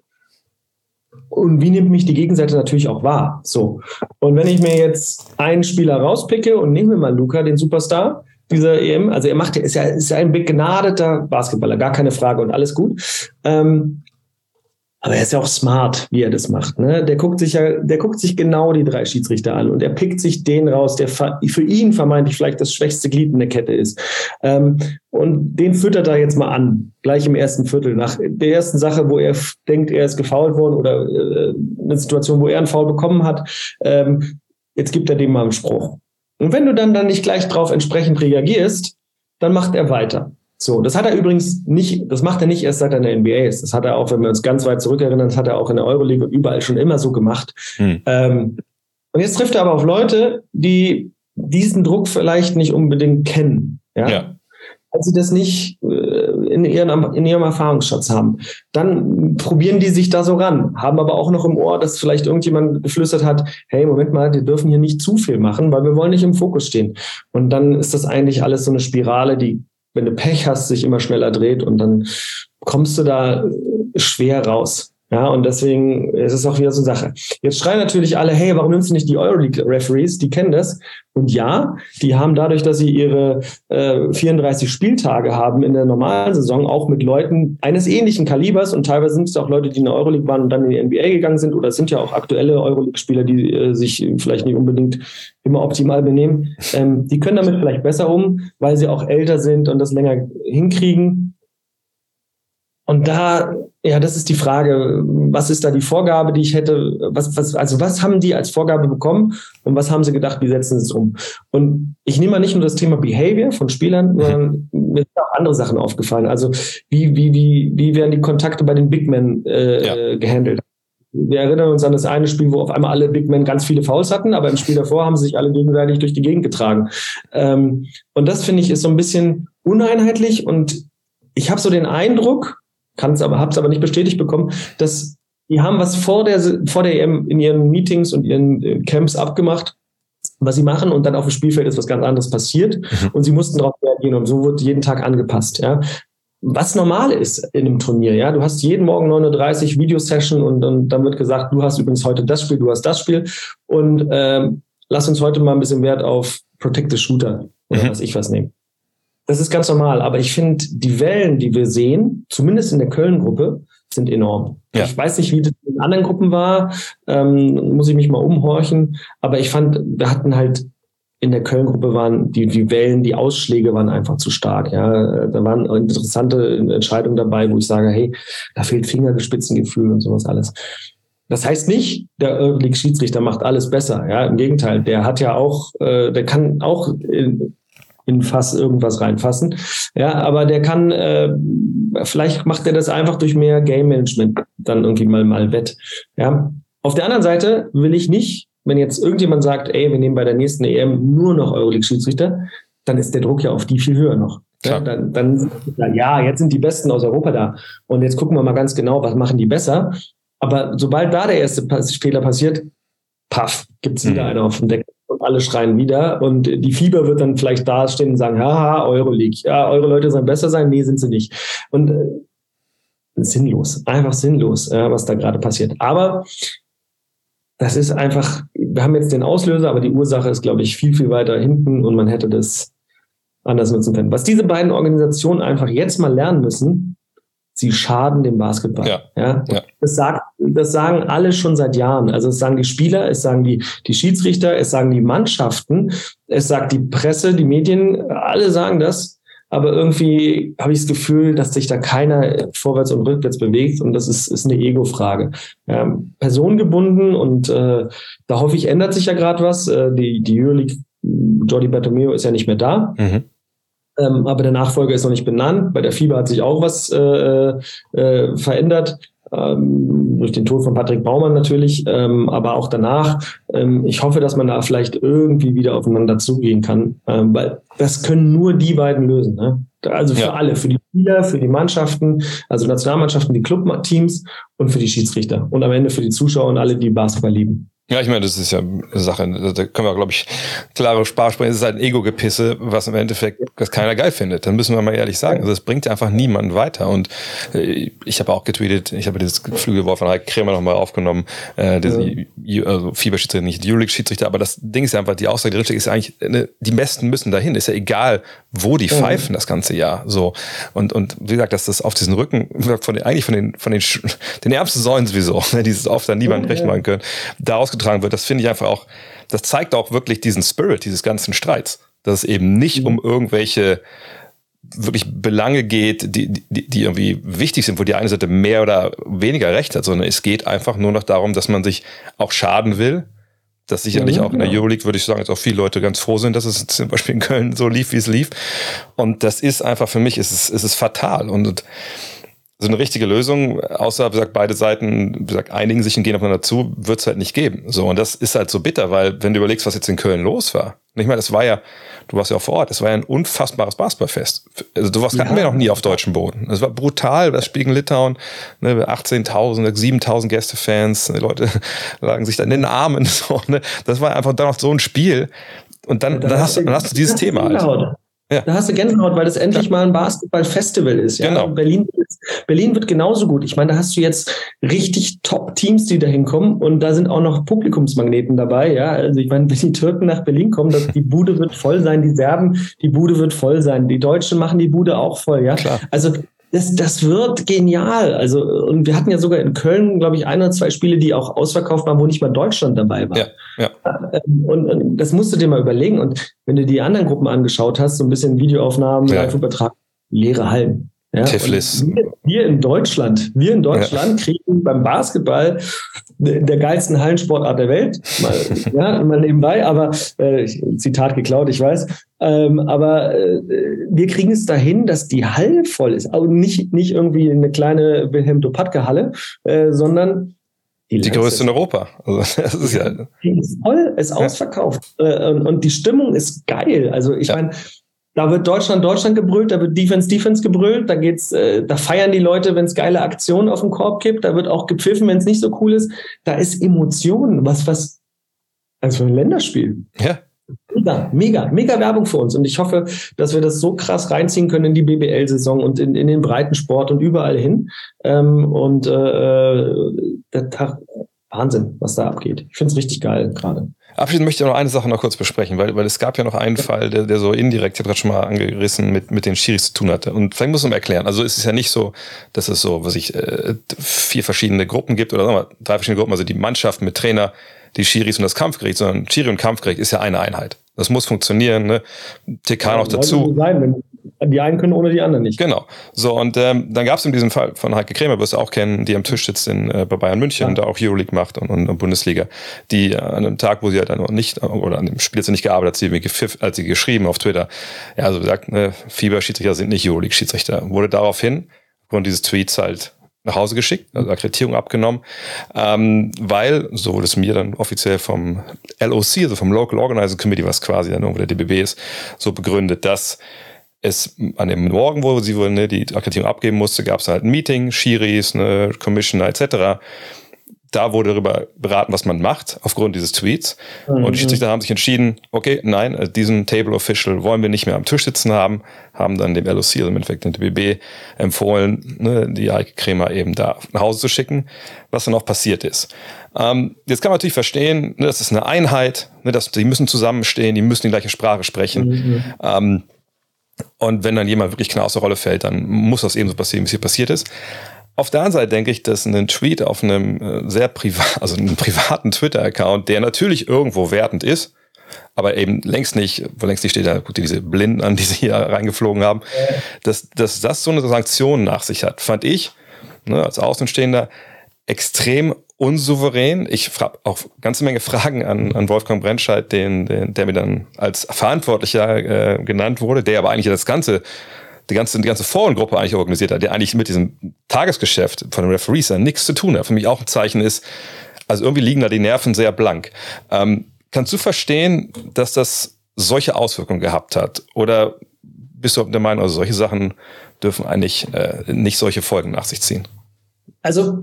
Und wie nimmt mich die Gegenseite natürlich auch wahr? So. Und wenn ich mir jetzt einen Spieler rauspicke und nehmen wir mal Luka, den Superstar dieser E M, also er macht, ist ja, ist ja ein begnadeter Basketballer, gar keine Frage und alles gut. Ähm, aber er ist ja auch smart, wie er das macht. Ne? Der guckt sich ja, der guckt sich genau die drei Schiedsrichter an und er pickt sich den raus, der für ihn vermeintlich vielleicht das schwächste Glied in der Kette ist. Ähm, und den füttert er jetzt mal an, gleich im ersten Viertel. Nach der ersten Sache, wo er f- denkt, er ist gefoult worden oder äh, eine Situation, wo er einen Foul bekommen hat, ähm, jetzt gibt er dem mal einen Spruch. Und wenn du dann, dann nicht gleich drauf entsprechend reagierst, dann macht er weiter. So, das hat er übrigens nicht, das macht er nicht erst seit er in der N B A ist. Das hat er auch, wenn wir uns ganz weit zurückerinnern, das hat er auch in der Euroleague und überall schon immer so gemacht. Hm. Ähm, und jetzt trifft er aber auf Leute, die diesen Druck vielleicht nicht unbedingt kennen. Ja. ja. Als sie das nicht äh, in, ihren, in ihrem Erfahrungsschatz haben. Dann probieren die sich da so ran, haben aber auch noch im Ohr, dass vielleicht irgendjemand geflüstert hat, hey, Moment mal, die dürfen hier nicht zu viel machen, weil wir wollen nicht im Fokus stehen. Und dann ist das eigentlich alles so eine Spirale, die, wenn du Pech hast, sich immer schneller dreht und dann kommst du da schwer raus. Ja, und deswegen ist es auch wieder so eine Sache. Jetzt schreien natürlich alle, hey, warum nimmst du nicht die Euroleague-Referees? Die kennen das. Und ja, die haben dadurch, dass sie ihre äh, vierunddreißig Spieltage haben in der normalen Saison, auch mit Leuten eines ähnlichen Kalibers und teilweise sind es auch Leute, die in der Euroleague waren und dann in die N B A gegangen sind oder es sind ja auch aktuelle Euroleague-Spieler, die äh, sich vielleicht nicht unbedingt immer optimal benehmen. Ähm, die können damit vielleicht besser um, weil sie auch älter sind und das länger hinkriegen. Und da, ja, das ist die Frage, was ist da die Vorgabe, die ich hätte, was, was, also was haben die als Vorgabe bekommen und was haben sie gedacht, wie setzen sie es um? Und ich nehme mal nicht nur das Thema Behavior von Spielern, sondern mir sind auch andere Sachen aufgefallen. Also wie, wie, wie, wie werden die Kontakte bei den Big Men äh, ja. gehandelt? Wir erinnern uns an das eine Spiel, wo auf einmal alle Big Men ganz viele Fouls hatten, aber im Spiel davor haben sie sich alle gegenseitig durch die Gegend getragen. Ähm, und das, finde ich, ist so ein bisschen uneinheitlich und ich habe so den Eindruck, kann es aber, habe es aber nicht bestätigt bekommen, dass die haben was vor der vor der E M in ihren Meetings und ihren Camps abgemacht, was sie machen und dann auf dem Spielfeld ist was ganz anderes passiert mhm. und sie mussten darauf reagieren und so wird jeden Tag angepasst, ja. Was normal ist in einem Turnier, ja. Du hast jeden Morgen neun Uhr dreißig Videosession und, und dann wird gesagt, du hast übrigens heute das Spiel, du hast das Spiel und ähm, lass uns heute mal ein bisschen Wert auf Protect the Shooter oder mhm. was ich was nehmen. Das ist ganz normal, aber ich finde, die Wellen, die wir sehen, zumindest in der Köln-Gruppe, sind enorm. Ja. Ich weiß nicht, wie das in anderen Gruppen war, ähm, muss ich mich mal umhorchen, aber ich fand, wir hatten halt in der Köln-Gruppe waren die, die Wellen, die Ausschläge waren einfach zu stark. Ja, da waren interessante Entscheidungen dabei, wo ich sage, hey, da fehlt Fingerspitzengefühl und sowas alles. Das heißt nicht, der Euroleague-Schiedsrichter macht alles besser. Ja, im Gegenteil, der hat ja auch, äh, der kann auch in, in Fass irgendwas reinfassen. Ja, aber der kann, äh, vielleicht macht er das einfach durch mehr Game Management dann irgendwie mal, mal wett. Ja. Auf der anderen Seite will ich nicht, wenn jetzt irgendjemand sagt, ey, wir nehmen bei der nächsten E M nur noch Euroleague-Schiedsrichter, dann ist der Druck ja auf die viel höher noch. Ja, dann, dann, ja, jetzt sind die Besten aus Europa da. Und jetzt gucken wir mal ganz genau, was machen die besser. Aber sobald da der erste Fehler passiert, paff, gibt's wieder mhm. einen auf dem Deck. Und alle schreien wieder und die Fieber wird dann vielleicht da stehen und sagen, haha, Euroleague, ja, eure Leute sollen besser sein, nee, sind sie nicht. Und äh, sinnlos, einfach sinnlos, ja, was da gerade passiert. Aber das ist einfach, wir haben jetzt den Auslöser, aber die Ursache ist, glaube ich, viel, viel weiter hinten und man hätte das anders nutzen können. Was diese beiden Organisationen einfach jetzt mal lernen müssen, sie schaden dem Basketball. Ja. Ja? Ja. Das, sagt, das sagen alle schon seit Jahren. Also es sagen die Spieler, es sagen die, die Schiedsrichter, es sagen die Mannschaften, es sagt die Presse, die Medien, alle sagen das. Aber irgendwie habe ich das Gefühl, dass sich da keiner vorwärts und rückwärts bewegt und das ist, ist eine Ego-Frage. Ja, personengebunden und äh, da hoffe ich, ändert sich ja gerade was. Äh, die die Euroleague, Jordi Bertomeu ist ja nicht mehr da. Mhm. Ähm, aber der Nachfolger ist noch nicht benannt. Bei der FIBA hat sich auch was äh, äh, verändert. Ähm, durch den Tod von Patrick Baumann natürlich, ähm, aber auch danach. Ähm, ich hoffe, dass man da vielleicht irgendwie wieder aufeinander zugehen kann, ähm, weil das können nur die beiden lösen. Ne? Also für ja. alle, für die Spieler, für die Mannschaften, also Nationalmannschaften, die Clubteams und für die Schiedsrichter und am Ende für die Zuschauer und alle, die Basketball lieben. Ja, ich meine, das ist ja eine Sache, da können wir, glaube ich, klare Sprache sprechen. Es ist halt ein Ego-Gepisse, was im Endeffekt das keiner geil findet. Dann müssen wir mal ehrlich sagen. Also das bringt ja einfach niemanden weiter. Und äh, ich habe auch getweetet, ich habe dieses Flügelwort von Heike Krämer nochmal aufgenommen, äh, diese, ja. also FIBA-Schiedsrichter, nicht die Euroleague-Schiedsrichter, aber das Ding ist ja einfach, die Aussage, die drinsteht, ist ja eigentlich, ne, die Besten müssen dahin. Ist ja egal, wo die ja. pfeifen das ganze Jahr. So. Und, und wie gesagt, dass das auf diesen Rücken, von den, eigentlich von den, von den, den ärmsten Säulen sowieso, ne, dieses oft dann niemanden ja, recht machen können, da ausgetragen wird, das finde ich einfach auch, das zeigt auch wirklich diesen Spirit dieses ganzen Streits, dass es eben nicht um irgendwelche wirklich Belange geht, die, die, die irgendwie wichtig sind, wo die eine Seite mehr oder weniger Recht hat, sondern es geht einfach nur noch darum, dass man sich auch schaden will. Das sicherlich ja, auch in der Euroleague, würde ich sagen, dass auch viele Leute ganz froh sind, dass es zum Beispiel in Köln so lief, wie es lief. Und das ist einfach für mich, ist es, ist es fatal. Und so eine richtige Lösung, außer, wie gesagt, beide Seiten, wie gesagt, einigen sich und gehen aufeinander zu, wird es halt nicht geben. So, und das ist halt so bitter, weil, wenn du überlegst, was jetzt in Köln los war, ich meine, das war ja, du warst ja auch vor Ort, es war ja ein unfassbares Basketballfest. Also, sowas hatten ja. wir noch nie auf deutschem Boden. Es war brutal, das Spiel in Litauen, ne, achtzehntausend, siebentausend Gästefans, ne, Leute lagen sich dann in den Armen, so, ne. Das war einfach dann noch so ein Spiel. Und dann, ja, dann, hast, dann hast du dieses Thema halt. Ja. Da hast du Gänsehaut, weil das endlich ja. mal ein Basketball-Festival ist. Ja? Genau. Berlin, Berlin wird genauso gut. Ich meine, da hast du jetzt richtig Top-Teams, die da hinkommen und da sind auch noch Publikumsmagneten dabei. Ja, also ich meine, wenn die Türken nach Berlin kommen, das, die Bude wird voll sein, die Serben, die Bude wird voll sein, die Deutschen machen die Bude auch voll. Ja, Klar. Also Das, das wird genial. Also, und wir hatten ja sogar in Köln, glaube ich, ein oder zwei Spiele, die auch ausverkauft waren, wo nicht mal Deutschland dabei war. Ja, ja. Und, und das musst du dir mal überlegen. Und wenn du die anderen Gruppen angeschaut hast, so ein bisschen Videoaufnahmen, ja. Live-Übertrag, leere Hallen. Ja, Tiflis. Wir, wir in Deutschland, wir in Deutschland ja. kriegen beim Basketball der geilsten Hallensportart der Welt, mal, ja, mal nebenbei, aber äh, Zitat geklaut, ich weiß, ähm, aber äh, wir kriegen es dahin, dass die Halle voll ist, aber nicht, nicht irgendwie eine kleine Wilhelm-Dopatka-Halle, äh, sondern die, die größte in Europa. Also, das ist ja die ist voll, ist ausverkauft äh, und, und die Stimmung ist geil. Also ich ja. meine, da wird Deutschland, Deutschland gebrüllt, da wird Defense, Defense gebrüllt, da geht's, äh, da feiern die Leute, wenn es geile Aktionen auf den Korb gibt, da wird auch gepfiffen, wenn es nicht so cool ist. Da ist Emotion, was, was, also für ein Länderspiel. Ja. Mega, mega, mega Werbung für uns. Und ich hoffe, dass wir das so krass reinziehen können in die B B L-Saison und in, in den Breitensport und überall hin. Ähm, und äh, der Tag, Wahnsinn, was da abgeht. Ich finde es richtig geil gerade. Abschließend möchte ich noch eine Sache noch kurz besprechen, weil, weil es gab ja noch einen Fall, der, der so indirekt, ich habe gerade schon mal angerissen, mit, mit den Schiris zu tun hatte. Und vielleicht muss man mal erklären. Also es ist ja nicht so, dass es so, was ich, äh, vier verschiedene Gruppen gibt oder sagen wir, drei verschiedene Gruppen, also die Mannschaft mit Trainer, die Schiris und das Kampfgericht, sondern Schiri und Kampfgericht ist ja eine Einheit. Das muss funktionieren, ne? T K ja, noch dazu. Sein, wenn die einen können ohne die anderen nicht. Genau. So, und ähm, dann gab es in diesem Fall von Heike Krämer, wirst du auch kennen, die am Tisch sitzt in, äh, bei Bayern München ja. und da auch Euroleague macht und, und, und Bundesliga, die äh, an einem Tag, wo sie halt dann noch nicht, oder an dem Spiel hat sie nicht gearbeitet, hat sie mir gepfiff, als sie geschrieben auf Twitter, ja, also gesagt, ne, FIBA-Schiedsrichter sind nicht Euroleague-Schiedsrichter. Wurde daraufhin, aufgrund dieses Tweets halt nach Hause geschickt, also Akkreditierung abgenommen, ähm, weil, so wurde es mir dann offiziell vom L O C, also vom Local Organizing Committee, was quasi dann irgendwo der D B B ist, so begründet, dass es an dem Morgen, wo sie wohl ne, die Akkreditierung abgeben musste, gab es halt ein Meeting, Schiris, ne, Commissioner et cetera. da wurde darüber beraten, was man macht, aufgrund dieses Tweets. Mhm. Und die Schiedsrichter haben sich entschieden, okay, nein, diesen Table Official wollen wir nicht mehr am Tisch sitzen haben, haben dann dem L O C, also im Endeffekt dem D B B, empfohlen, ne, die Heike Kremer eben da nach Hause zu schicken, was dann auch passiert ist. Ähm, jetzt kann man natürlich verstehen, ne, das ist eine Einheit, ne, dass, die müssen zusammenstehen, die müssen die gleiche Sprache sprechen. Mhm. Ähm, und wenn dann jemand wirklich klar aus der Rolle fällt, dann muss das eben so passieren, wie es hier passiert ist. Auf der anderen Seite denke ich, dass ein Tweet auf einem sehr privat, also einem privaten Twitter-Account, der natürlich irgendwo wertend ist, aber eben längst nicht, wo längst nicht steht, da guckt ihr diese Blinden an, die sie hier reingeflogen haben, ja. dass, dass das so eine Sanktion nach sich hat, fand ich, ne, als Außenstehender, extrem unsouverän. Ich habe auch ganze Menge Fragen an, an Wolfgang Brentscheid, den, den, der mir dann als Verantwortlicher äh, genannt wurde, der aber eigentlich das Ganze die ganze, die ganze Forengruppe eigentlich organisiert hat, der eigentlich mit diesem Tagesgeschäft von den Referees nichts zu tun hat. Für mich auch ein Zeichen ist, also irgendwie liegen da die Nerven sehr blank. Ähm, kannst du verstehen, dass das solche Auswirkungen gehabt hat? Oder bist du der Meinung, also solche Sachen dürfen eigentlich äh, nicht solche Folgen nach sich ziehen? Also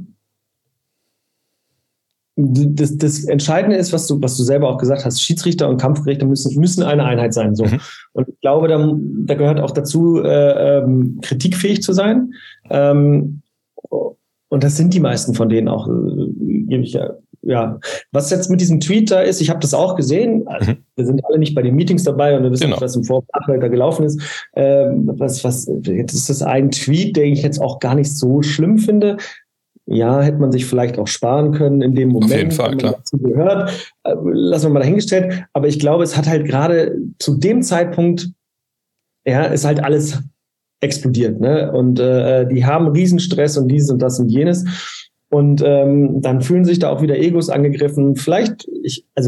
Das, das Entscheidende ist, was du, was du selber auch gesagt hast, Schiedsrichter und Kampfrichter müssen, müssen eine Einheit sein. So. Mhm. Und ich glaube, da, da gehört auch dazu, äh, ähm, kritikfähig zu sein. Ähm, und das sind die meisten von denen auch, äh, gebe ich ja. Ja, was jetzt mit diesem Tweet da ist, ich habe das auch gesehen. Mhm. Wir sind alle nicht bei den Meetings dabei und wir wissen genau nicht, was im Vor- und Nachhinein da gelaufen ist. Ähm, was, was, jetzt ist das ein Tweet, den ich jetzt auch gar nicht so schlimm finde. Ja, hätte man sich vielleicht auch sparen können in dem Moment, auf jeden Fall, wenn man dazu gehört. Lassen wir mal dahingestellt. Aber ich glaube, es hat halt gerade zu dem Zeitpunkt, ja, ist halt alles explodiert, ne? Und äh, die haben Riesenstress und dies und das und jenes. Und ähm, dann fühlen sich da auch wieder Egos angegriffen. Vielleicht, ich, also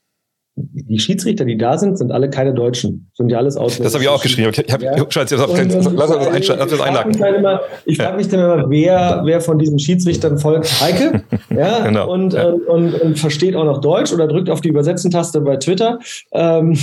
die Schiedsrichter, die da sind, sind alle keine Deutschen. Sind ja alles Ausländer. Das habe ich auch geschrieben. Ich habe, ja. Scheiß, lass uns das einschalten. Ich frage mich dann immer, wer, wer von diesen Schiedsrichtern folgt Heike, ja, genau. Und, ja. Und, und, und versteht auch noch Deutsch oder drückt auf die Übersetzen-Taste bei Twitter. Ähm,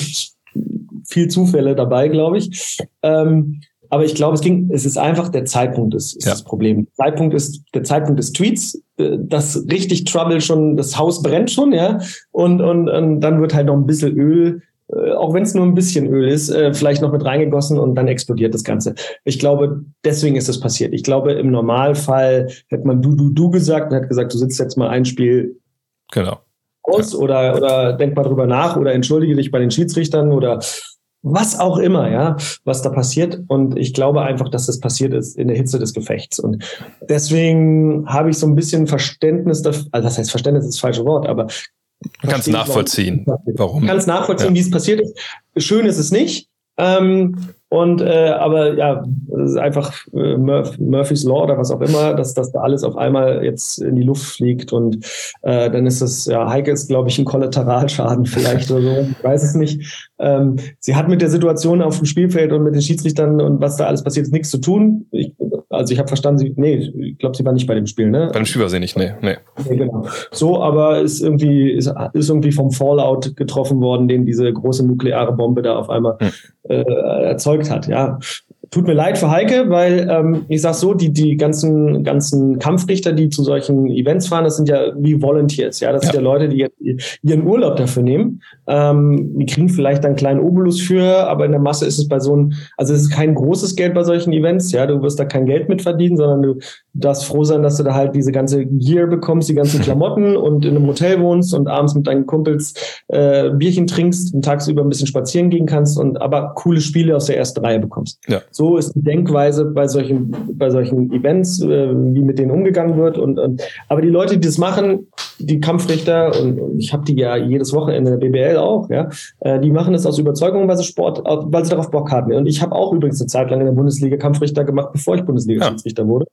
viel Zufälle dabei, glaube ich. Ähm, Aber ich glaube, es ging, es ist einfach der Zeitpunkt ist, ist ja. das Problem. Der Zeitpunkt ist, der Zeitpunkt des Tweets, das richtig Trouble schon, das Haus brennt schon, ja. Und, und, und dann wird halt noch ein bisschen Öl, auch wenn es nur ein bisschen Öl ist, vielleicht noch mit reingegossen und dann explodiert das Ganze. Ich glaube, deswegen ist das passiert. Ich glaube, im Normalfall hätte man du, du, du gesagt und hätte gesagt, du sitzt jetzt mal ein Spiel genau. aus ja. oder, oder denk mal drüber nach oder entschuldige dich bei den Schiedsrichtern oder was auch immer, ja, was da passiert. Und ich glaube einfach, dass das passiert ist in der Hitze des Gefechts. Und deswegen habe ich so ein bisschen Verständnis dafür, also das heißt Verständnis ist das falsche Wort, aber du kannst nachvollziehen, warum. Du kannst nachvollziehen, ja. wie es passiert ist. Schön ist es nicht. Ähm, und äh, aber ja, es ist einfach äh, Murph, Murphy's Law oder was auch immer, dass das da alles auf einmal jetzt in die Luft fliegt und äh, dann ist es, ja, Heike ist, glaube ich, ein Kollateralschaden vielleicht oder so, ich weiß es nicht. Ähm, sie hat mit der Situation auf dem Spielfeld und mit den Schiedsrichtern und was da alles passiert ist, nichts zu tun. Ich, also ich habe verstanden, sie, nee, ich glaube, sie war nicht bei dem Spiel, ne? Bei dem Spiel war sie nicht, nee, nee. nee genau. So, aber ist irgendwie, ist, ist irgendwie vom Fallout getroffen worden, den diese große nukleare Bombe da auf einmal hm. äh, erzeugt hat, ja. Tut mir leid für Heike, weil ähm, ich sag so, die die ganzen ganzen Kampfrichter, die zu solchen Events fahren, das sind ja wie Volunteers, ja, das ja. sind ja Leute, die jetzt ihren Urlaub dafür nehmen. Ähm, die kriegen vielleicht einen kleinen Obolus für, aber in der Masse ist es bei so einem, also es ist kein großes Geld bei solchen Events, ja, du wirst da kein Geld mit verdienen, sondern du darfst froh sein, dass du da halt diese ganze Gear bekommst, die ganzen Klamotten und in einem Hotel wohnst und abends mit deinen Kumpels äh, Bierchen trinkst und tagsüber ein bisschen spazieren gehen kannst und aber coole Spiele aus der ersten Reihe bekommst. Ja. So ist die Denkweise bei solchen, bei solchen Events, äh, wie mit denen umgegangen wird. Und, und aber die Leute, die das machen, die Kampfrichter, und, und ich habe die ja jedes Wochenende in der B B L auch, ja, äh, die machen das aus Überzeugung, weil sie Sport, weil sie darauf Bock hatten. Und ich habe auch übrigens eine Zeit lang in der Bundesliga Kampfrichter gemacht, bevor ich Bundesliga-Schiedsrichter ja. wurde.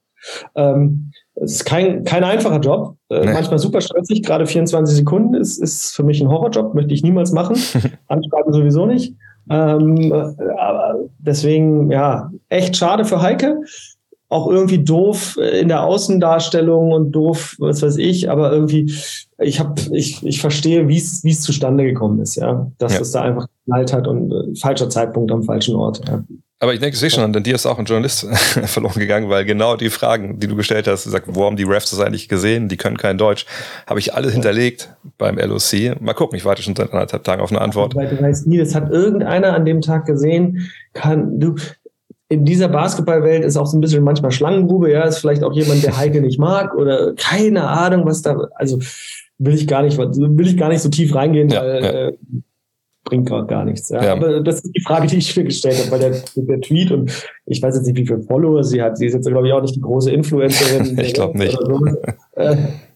Ähm, es ist kein, kein einfacher Job, äh, nee. manchmal super stressig, gerade vierundzwanzig Sekunden ist, ist für mich ein Horrorjob, möchte ich niemals machen. Anschreiben sowieso nicht. Ähm, aber deswegen, ja, echt schade für Heike. Auch irgendwie doof in der Außendarstellung und doof, was weiß ich, aber irgendwie, ich habe, ich, ich verstehe, wie es wie es zustande gekommen ist, ja. Dass ja. es da einfach geknallt hat und äh, falscher Zeitpunkt am falschen Ort, ja. Aber ich denke, ich sehe schon, denn dir ist auch ein Journalist verloren gegangen, weil genau die Fragen, die du gestellt hast, gesagt, wo haben die Refs das eigentlich gesehen, die können kein Deutsch, habe ich alle hinterlegt beim L O C. Mal gucken, ich warte schon seit anderthalb Tagen auf eine Antwort. Weil du weißt nie, das hat irgendeiner an dem Tag gesehen, kann du... In dieser Basketballwelt ist auch so ein bisschen manchmal Schlangengrube, ja, ist vielleicht auch jemand, der Heike nicht mag oder keine Ahnung, was da, also will ich gar nicht, will ich gar nicht so tief reingehen, ja, weil ja. Äh, bringt gerade gar nichts. Ja. Ja. Aber das ist die Frage, die ich mir gestellt habe, weil der, der Tweet und ich weiß jetzt nicht, wie viele Follower sie hat. Sie ist jetzt, glaube ich, auch nicht die große Influencerin. Ich glaube nicht. So. Äh,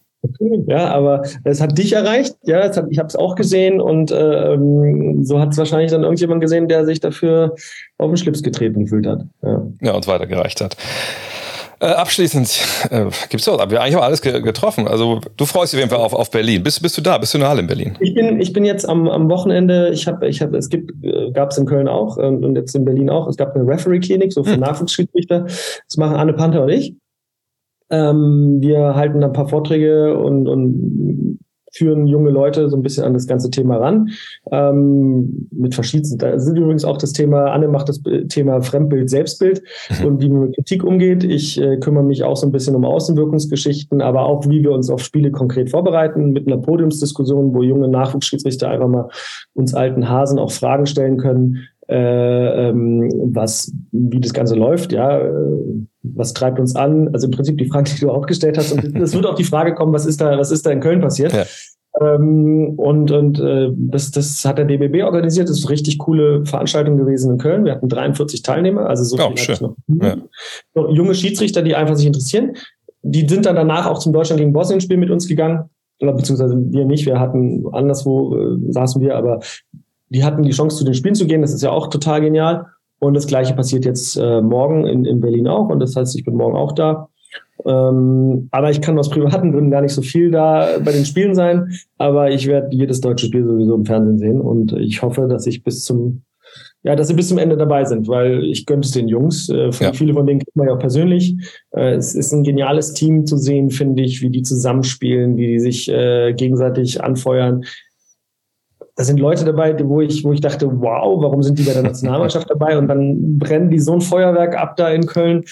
ja, aber es hat dich erreicht. Ja, es hat, ich habe es auch gesehen und äh, so hat es wahrscheinlich dann irgendjemand gesehen, der sich dafür auf den Schlips getreten gefühlt hat. Ja, ja und weitergereicht hat. Äh, abschließend äh, gibt's doch, aber wir eigentlich haben alles ge- getroffen. Also du freust dich auf jeden Fall auf, auf Berlin. Bist, bist du da? Bist du in der Halle in Berlin? Ich bin, ich bin jetzt am, am Wochenende. Ich habe, ich habe, es gibt, gab es in Köln auch und, und jetzt in Berlin auch. Es gab eine Referee-Klinik so für hm. Nachwuchsschiedsrichter. Das machen Anne Panther und ich. Ähm, wir halten da ein paar Vorträge und, und führen junge Leute so ein bisschen an das ganze Thema ran. Ähm, mit verschiedensten, da sind übrigens auch das Thema, Anne macht das Thema Fremdbild, Selbstbild mhm. und wie man mit Kritik umgeht. Ich äh, kümmere mich auch so ein bisschen um Außenwirkungsgeschichten, aber auch, wie wir uns auf Spiele konkret vorbereiten, mit einer Podiumsdiskussion, wo junge Nachwuchsschiedsrichter einfach mal uns alten Hasen auch Fragen stellen können, äh, ähm, was, wie das Ganze läuft, ja, äh, was treibt uns an? Also im Prinzip die Frage, die du auch gestellt hast. Und es wird auch die Frage kommen, was ist da, was ist da in Köln passiert? Ja. Ähm, und und äh, das, das hat der D B B organisiert. Das ist eine richtig coole Veranstaltung gewesen in Köln. Wir hatten dreiundvierzig Teilnehmer, also so oh, viel noch. Ja. noch junge Schiedsrichter, die einfach sich interessieren. Die sind dann danach auch zum Deutschland gegen Bosnien-Spiel mit uns gegangen. Oder beziehungsweise wir nicht. Wir hatten anderswo äh, saßen wir, aber die hatten die Chance, zu den Spielen zu gehen. Das ist ja auch total genial. Und das Gleiche passiert jetzt äh, morgen in, in Berlin auch. Und das heißt, ich bin morgen auch da. Ähm, aber ich kann aus privaten Gründen gar nicht so viel da bei den Spielen sein. Aber ich werde jedes deutsche Spiel sowieso im Fernsehen sehen. Und ich hoffe, dass ich bis zum, ja, dass sie bis zum Ende dabei sind, weil ich gönne es den Jungs. Äh, von, ja. Viele von denen kennt man ja auch persönlich. Äh, es ist ein geniales Team zu sehen, finde ich, wie die zusammenspielen, wie die sich äh, gegenseitig anfeuern. Da sind Leute dabei, wo ich, wo ich dachte, wow, warum sind die bei der Nationalmannschaft dabei? Und dann brennen die so ein Feuerwerk ab da in Köln.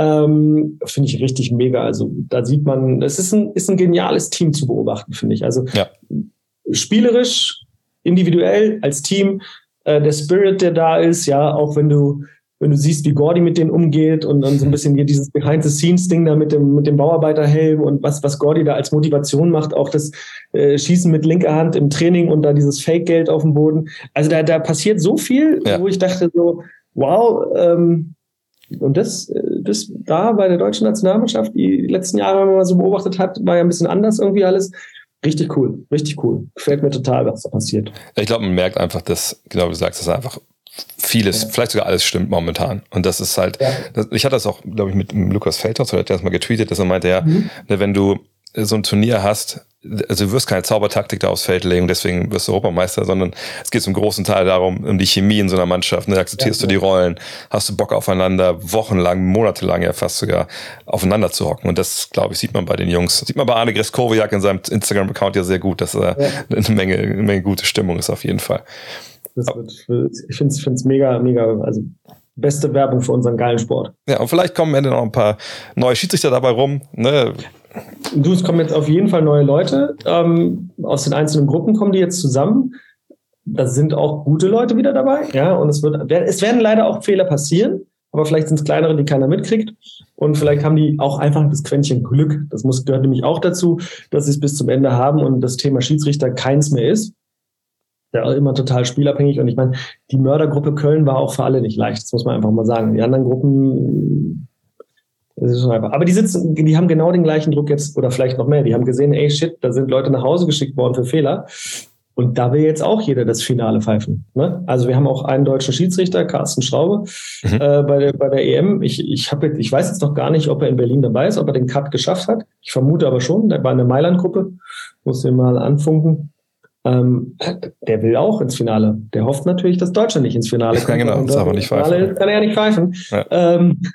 Ähm, finde ich richtig mega. Also da sieht man, es ist ein, ist ein geniales Team zu beobachten, finde ich. Also ja. Spielerisch, individuell, als Team, äh, der Spirit, der da ist, ja, auch wenn du wenn du siehst, wie Gordy mit denen umgeht und dann so ein bisschen hier dieses Behind-the-Scenes-Ding da mit dem, mit dem Bauarbeiterhelm und was, was Gordy da als Motivation macht, auch das äh, Schießen mit linker Hand im Training und da dieses Fake-Geld auf dem Boden. Also da, da passiert so viel, ja. wo ich dachte so, wow, ähm, und das, das da bei der deutschen Nationalmannschaft, die letzten Jahre, wenn man mal so beobachtet hat, war ja ein bisschen anders irgendwie alles. Richtig cool, richtig cool. Gefällt mir total, was da passiert. Ich glaube, man merkt einfach, dass, genau wie du sagst, dass einfach vieles, ja. vielleicht sogar alles stimmt momentan. Und das ist halt, ja. das, ich hatte das auch, glaube ich, mit Lukas Feldhaus, oder hat er das mal getweetet, dass er meinte, ja, mhm. ne, wenn du so ein Turnier hast, also du wirst keine Zaubertaktik da aufs Feld legen, deswegen wirst du Europameister, sondern es geht zum großen Teil darum, um die Chemie in so einer Mannschaft. Ne? Akzeptierst ja, du die Rollen, hast du Bock aufeinander, wochenlang, monatelang ja fast sogar aufeinander zu hocken. Und das, glaube ich, sieht man bei den Jungs. Sieht man bei Arne Greskowiak in seinem Instagram-Account ja sehr gut, dass er ja. eine Menge, eine Menge gute Stimmung ist auf jeden Fall. Das wird, ich finde es mega, mega, also beste Werbung für unseren geilen Sport. Ja, und vielleicht kommen am Ende noch ein paar neue Schiedsrichter dabei rum. Ne? Du, es kommen jetzt auf jeden Fall neue Leute. Ähm, aus den einzelnen Gruppen kommen die jetzt zusammen. Da sind auch gute Leute wieder dabei. Ja, und es wird, es werden leider auch Fehler passieren, aber vielleicht sind es kleinere, die keiner mitkriegt. Und vielleicht haben die auch einfach das Quäntchen Glück. Das muss, gehört nämlich auch dazu, dass sie es bis zum Ende haben und das Thema Schiedsrichter keins mehr ist. Der ist immer total spielabhängig. Und ich meine, die Mördergruppe Köln war auch für alle nicht leicht. Das muss man einfach mal sagen. Die anderen Gruppen, das ist schon einfach. Aber die sitzen, die haben genau den gleichen Druck jetzt, oder vielleicht noch mehr. Die haben gesehen, ey, shit, da sind Leute nach Hause geschickt worden für Fehler. Und da will jetzt auch jeder das Finale pfeifen. Ne? Also wir haben auch einen deutschen Schiedsrichter, Carsten Schraube, mhm. äh, bei der, bei der E M. Ich, ich, hab jetzt, ich weiß jetzt noch gar nicht, ob er in Berlin dabei ist, ob er den Cut geschafft hat. Ich vermute aber schon. Der war in der Mailand-Gruppe. Muss den mal anfunken. Ähm, der will auch ins Finale. Der hofft natürlich, dass Deutschland nicht ins Finale kommt. Ja, genau, das darf er nicht pfeifen. Kann er ja nicht pfeifen. Ja. Ähm,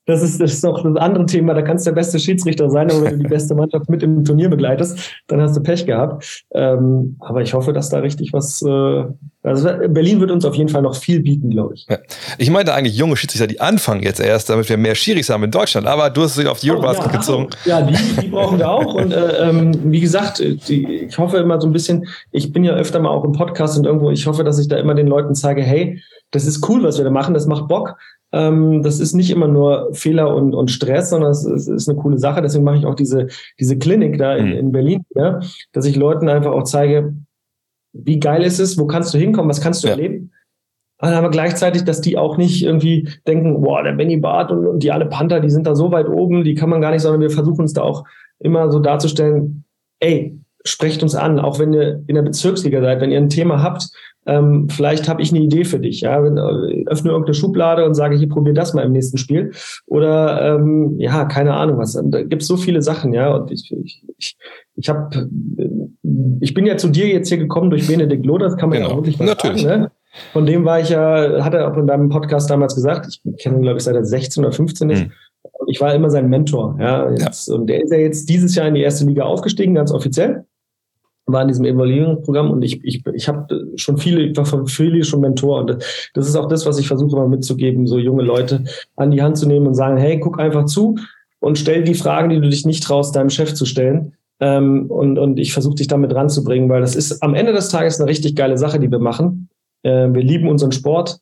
das ist, das ist noch das andere Thema. Da kannst du der beste Schiedsrichter sein, aber wenn du die beste Mannschaft mit im Turnier begleitest, dann hast du Pech gehabt. Ähm, aber ich hoffe, dass da richtig was... Äh, also Berlin wird uns auf jeden Fall noch viel bieten, glaube ich. Ja. Ich meinte eigentlich junge Schiedsrichter, die anfangen jetzt erst, damit wir mehr Schiris haben in Deutschland. Aber du hast sie auf die Eurobasket oh, ja, gezogen. Ja, die, die brauchen wir auch. Und äh, ähm, wie gesagt, die, ich hoffe immer so ein bisschen, ich bin ja öfter mal auch im Podcast und irgendwo, ich hoffe, dass ich da immer den Leuten zeige, hey, das ist cool, was wir da machen, das macht Bock. Ähm, das ist nicht immer nur Fehler und, und Stress, sondern es ist, ist eine coole Sache. Deswegen mache ich auch diese, diese Klinik da in, in Berlin, ja, dass ich Leuten einfach auch zeige, wie geil ist es, wo kannst du hinkommen, was kannst du ja. erleben. Aber gleichzeitig, dass die auch nicht irgendwie denken, boah, der Benny Barth und, und die alle Panther, die sind da so weit oben, die kann man gar nicht, sondern wir versuchen uns da auch immer so darzustellen, ey, sprecht uns an, auch wenn ihr in der Bezirksliga seid, wenn ihr ein Thema habt, ähm, vielleicht habe ich eine Idee für dich. Ja? Wenn, äh, öffne irgendeine Schublade und sage, hier, probier das mal im nächsten Spiel. Oder, ähm, ja, keine Ahnung was. Da gibt es so viele Sachen, ja. Und ich, ich, ich, ich habe, ich bin ja zu dir jetzt hier gekommen durch Benedikt Loh, das kann man genau. ja auch wirklich mal Natürlich. sagen, ne? Von dem war ich ja, hat er auch in deinem Podcast damals gesagt, ich kenne ihn, glaube ich, seit er sechzehn oder fünfzehn ist. Hm. Ich war immer sein Mentor. Ja, jetzt, ja. Und der ist ja jetzt dieses Jahr in die erste Liga aufgestiegen, ganz offiziell. War in diesem Evaluierungsprogramm und ich, ich, ich habe schon viele, ich war von viele schon Mentor und das ist auch das, was ich versuche mal mitzugeben, so junge Leute an die Hand zu nehmen und sagen, hey, guck einfach zu und stell die Fragen, die du dich nicht traust, deinem Chef zu stellen. Ähm, und, und ich versuche dich damit ranzubringen, weil das ist am Ende des Tages eine richtig geile Sache, die wir machen. Äh, wir lieben unseren Sport.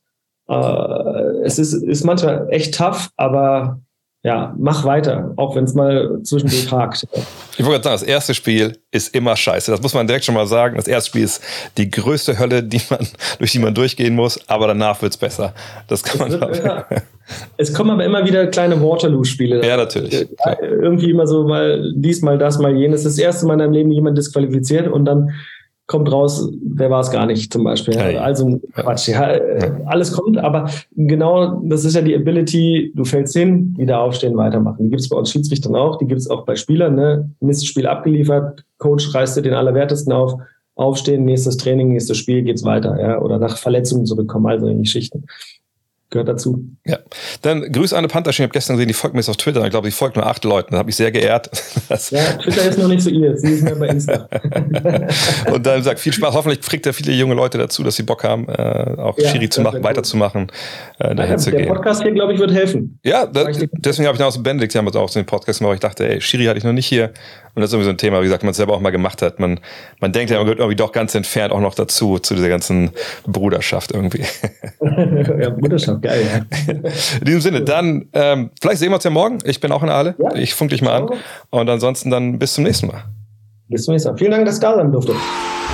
Äh, es ist, ist manchmal echt tough, aber ja, mach weiter, auch wenn es mal zwischendurch hakt. Ich wollte gerade sagen, das erste Spiel ist immer scheiße. Das muss man direkt schon mal sagen. Das erste Spiel ist die größte Hölle, die man, durch die man durchgehen muss, aber danach wird's besser. Das kann man sagen. Es kommen aber immer wieder kleine Waterloo-Spiele. Ja, natürlich. Ja, irgendwie immer so mal dies, mal das, mal jenes. Das erste Mal in deinem Leben jemand disqualifiziert und dann kommt raus, wer war es gar nicht zum Beispiel. Ja, also Quatsch, ja, alles kommt, aber genau das ist ja die Ability, du fällst hin, wieder aufstehen, weitermachen. Die gibt es bei uns Schiedsrichtern auch, die gibt es auch bei Spielern. Ne? Mistspiel abgeliefert, Coach reißt dir den Allerwertesten auf, aufstehen, nächstes Training, nächstes Spiel, geht's weiter. Ja? Oder nach Verletzungen zurückkommen, also in die Schichten. Gehört dazu. Ja, dann grüße Anne Panterschen. Ich habe gestern gesehen, die folgt mir jetzt auf Twitter. Ich glaube, die folgt nur acht Leuten. Das habe ich sehr geehrt. Das ja, Twitter ist noch nicht so ihr. Sie ist mehr bei Insta. Und dann sagt viel Spaß. Hoffentlich kriegt er viele junge Leute dazu, dass sie Bock haben, äh, auch ja, Schiri zu machen, weiterzumachen, äh, dahin ja, zu der gehen. Der Podcast hier, glaube ich, wird helfen. Ja, da, deswegen habe ich dann aus dem Benedikt damals auch so den Podcast gemacht. Ich dachte, ey, Schiri hatte ich noch nicht hier. Und das ist irgendwie so ein Thema, wie gesagt, man es selber auch mal gemacht hat. Man, man denkt ja, man gehört irgendwie doch ganz entfernt auch noch dazu, zu dieser ganzen Bruderschaft irgendwie. Ja, Bruderschaft, geil. Ja. In diesem Sinne, dann, ähm, vielleicht sehen wir uns ja morgen. Ich bin auch in Aale. Ja. Ich funk dich mal an. Und ansonsten dann bis zum nächsten Mal. Bis zum nächsten Mal. Vielen Dank, dass ich da sein durfte. Hello.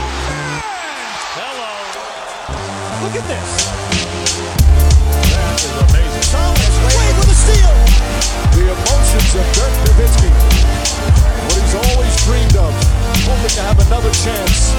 Look at this. That is amazing. Thomas Wade with a steal. The emotions of Dirk Nowitzki. What he's always dreamed of. Hoping to have another chance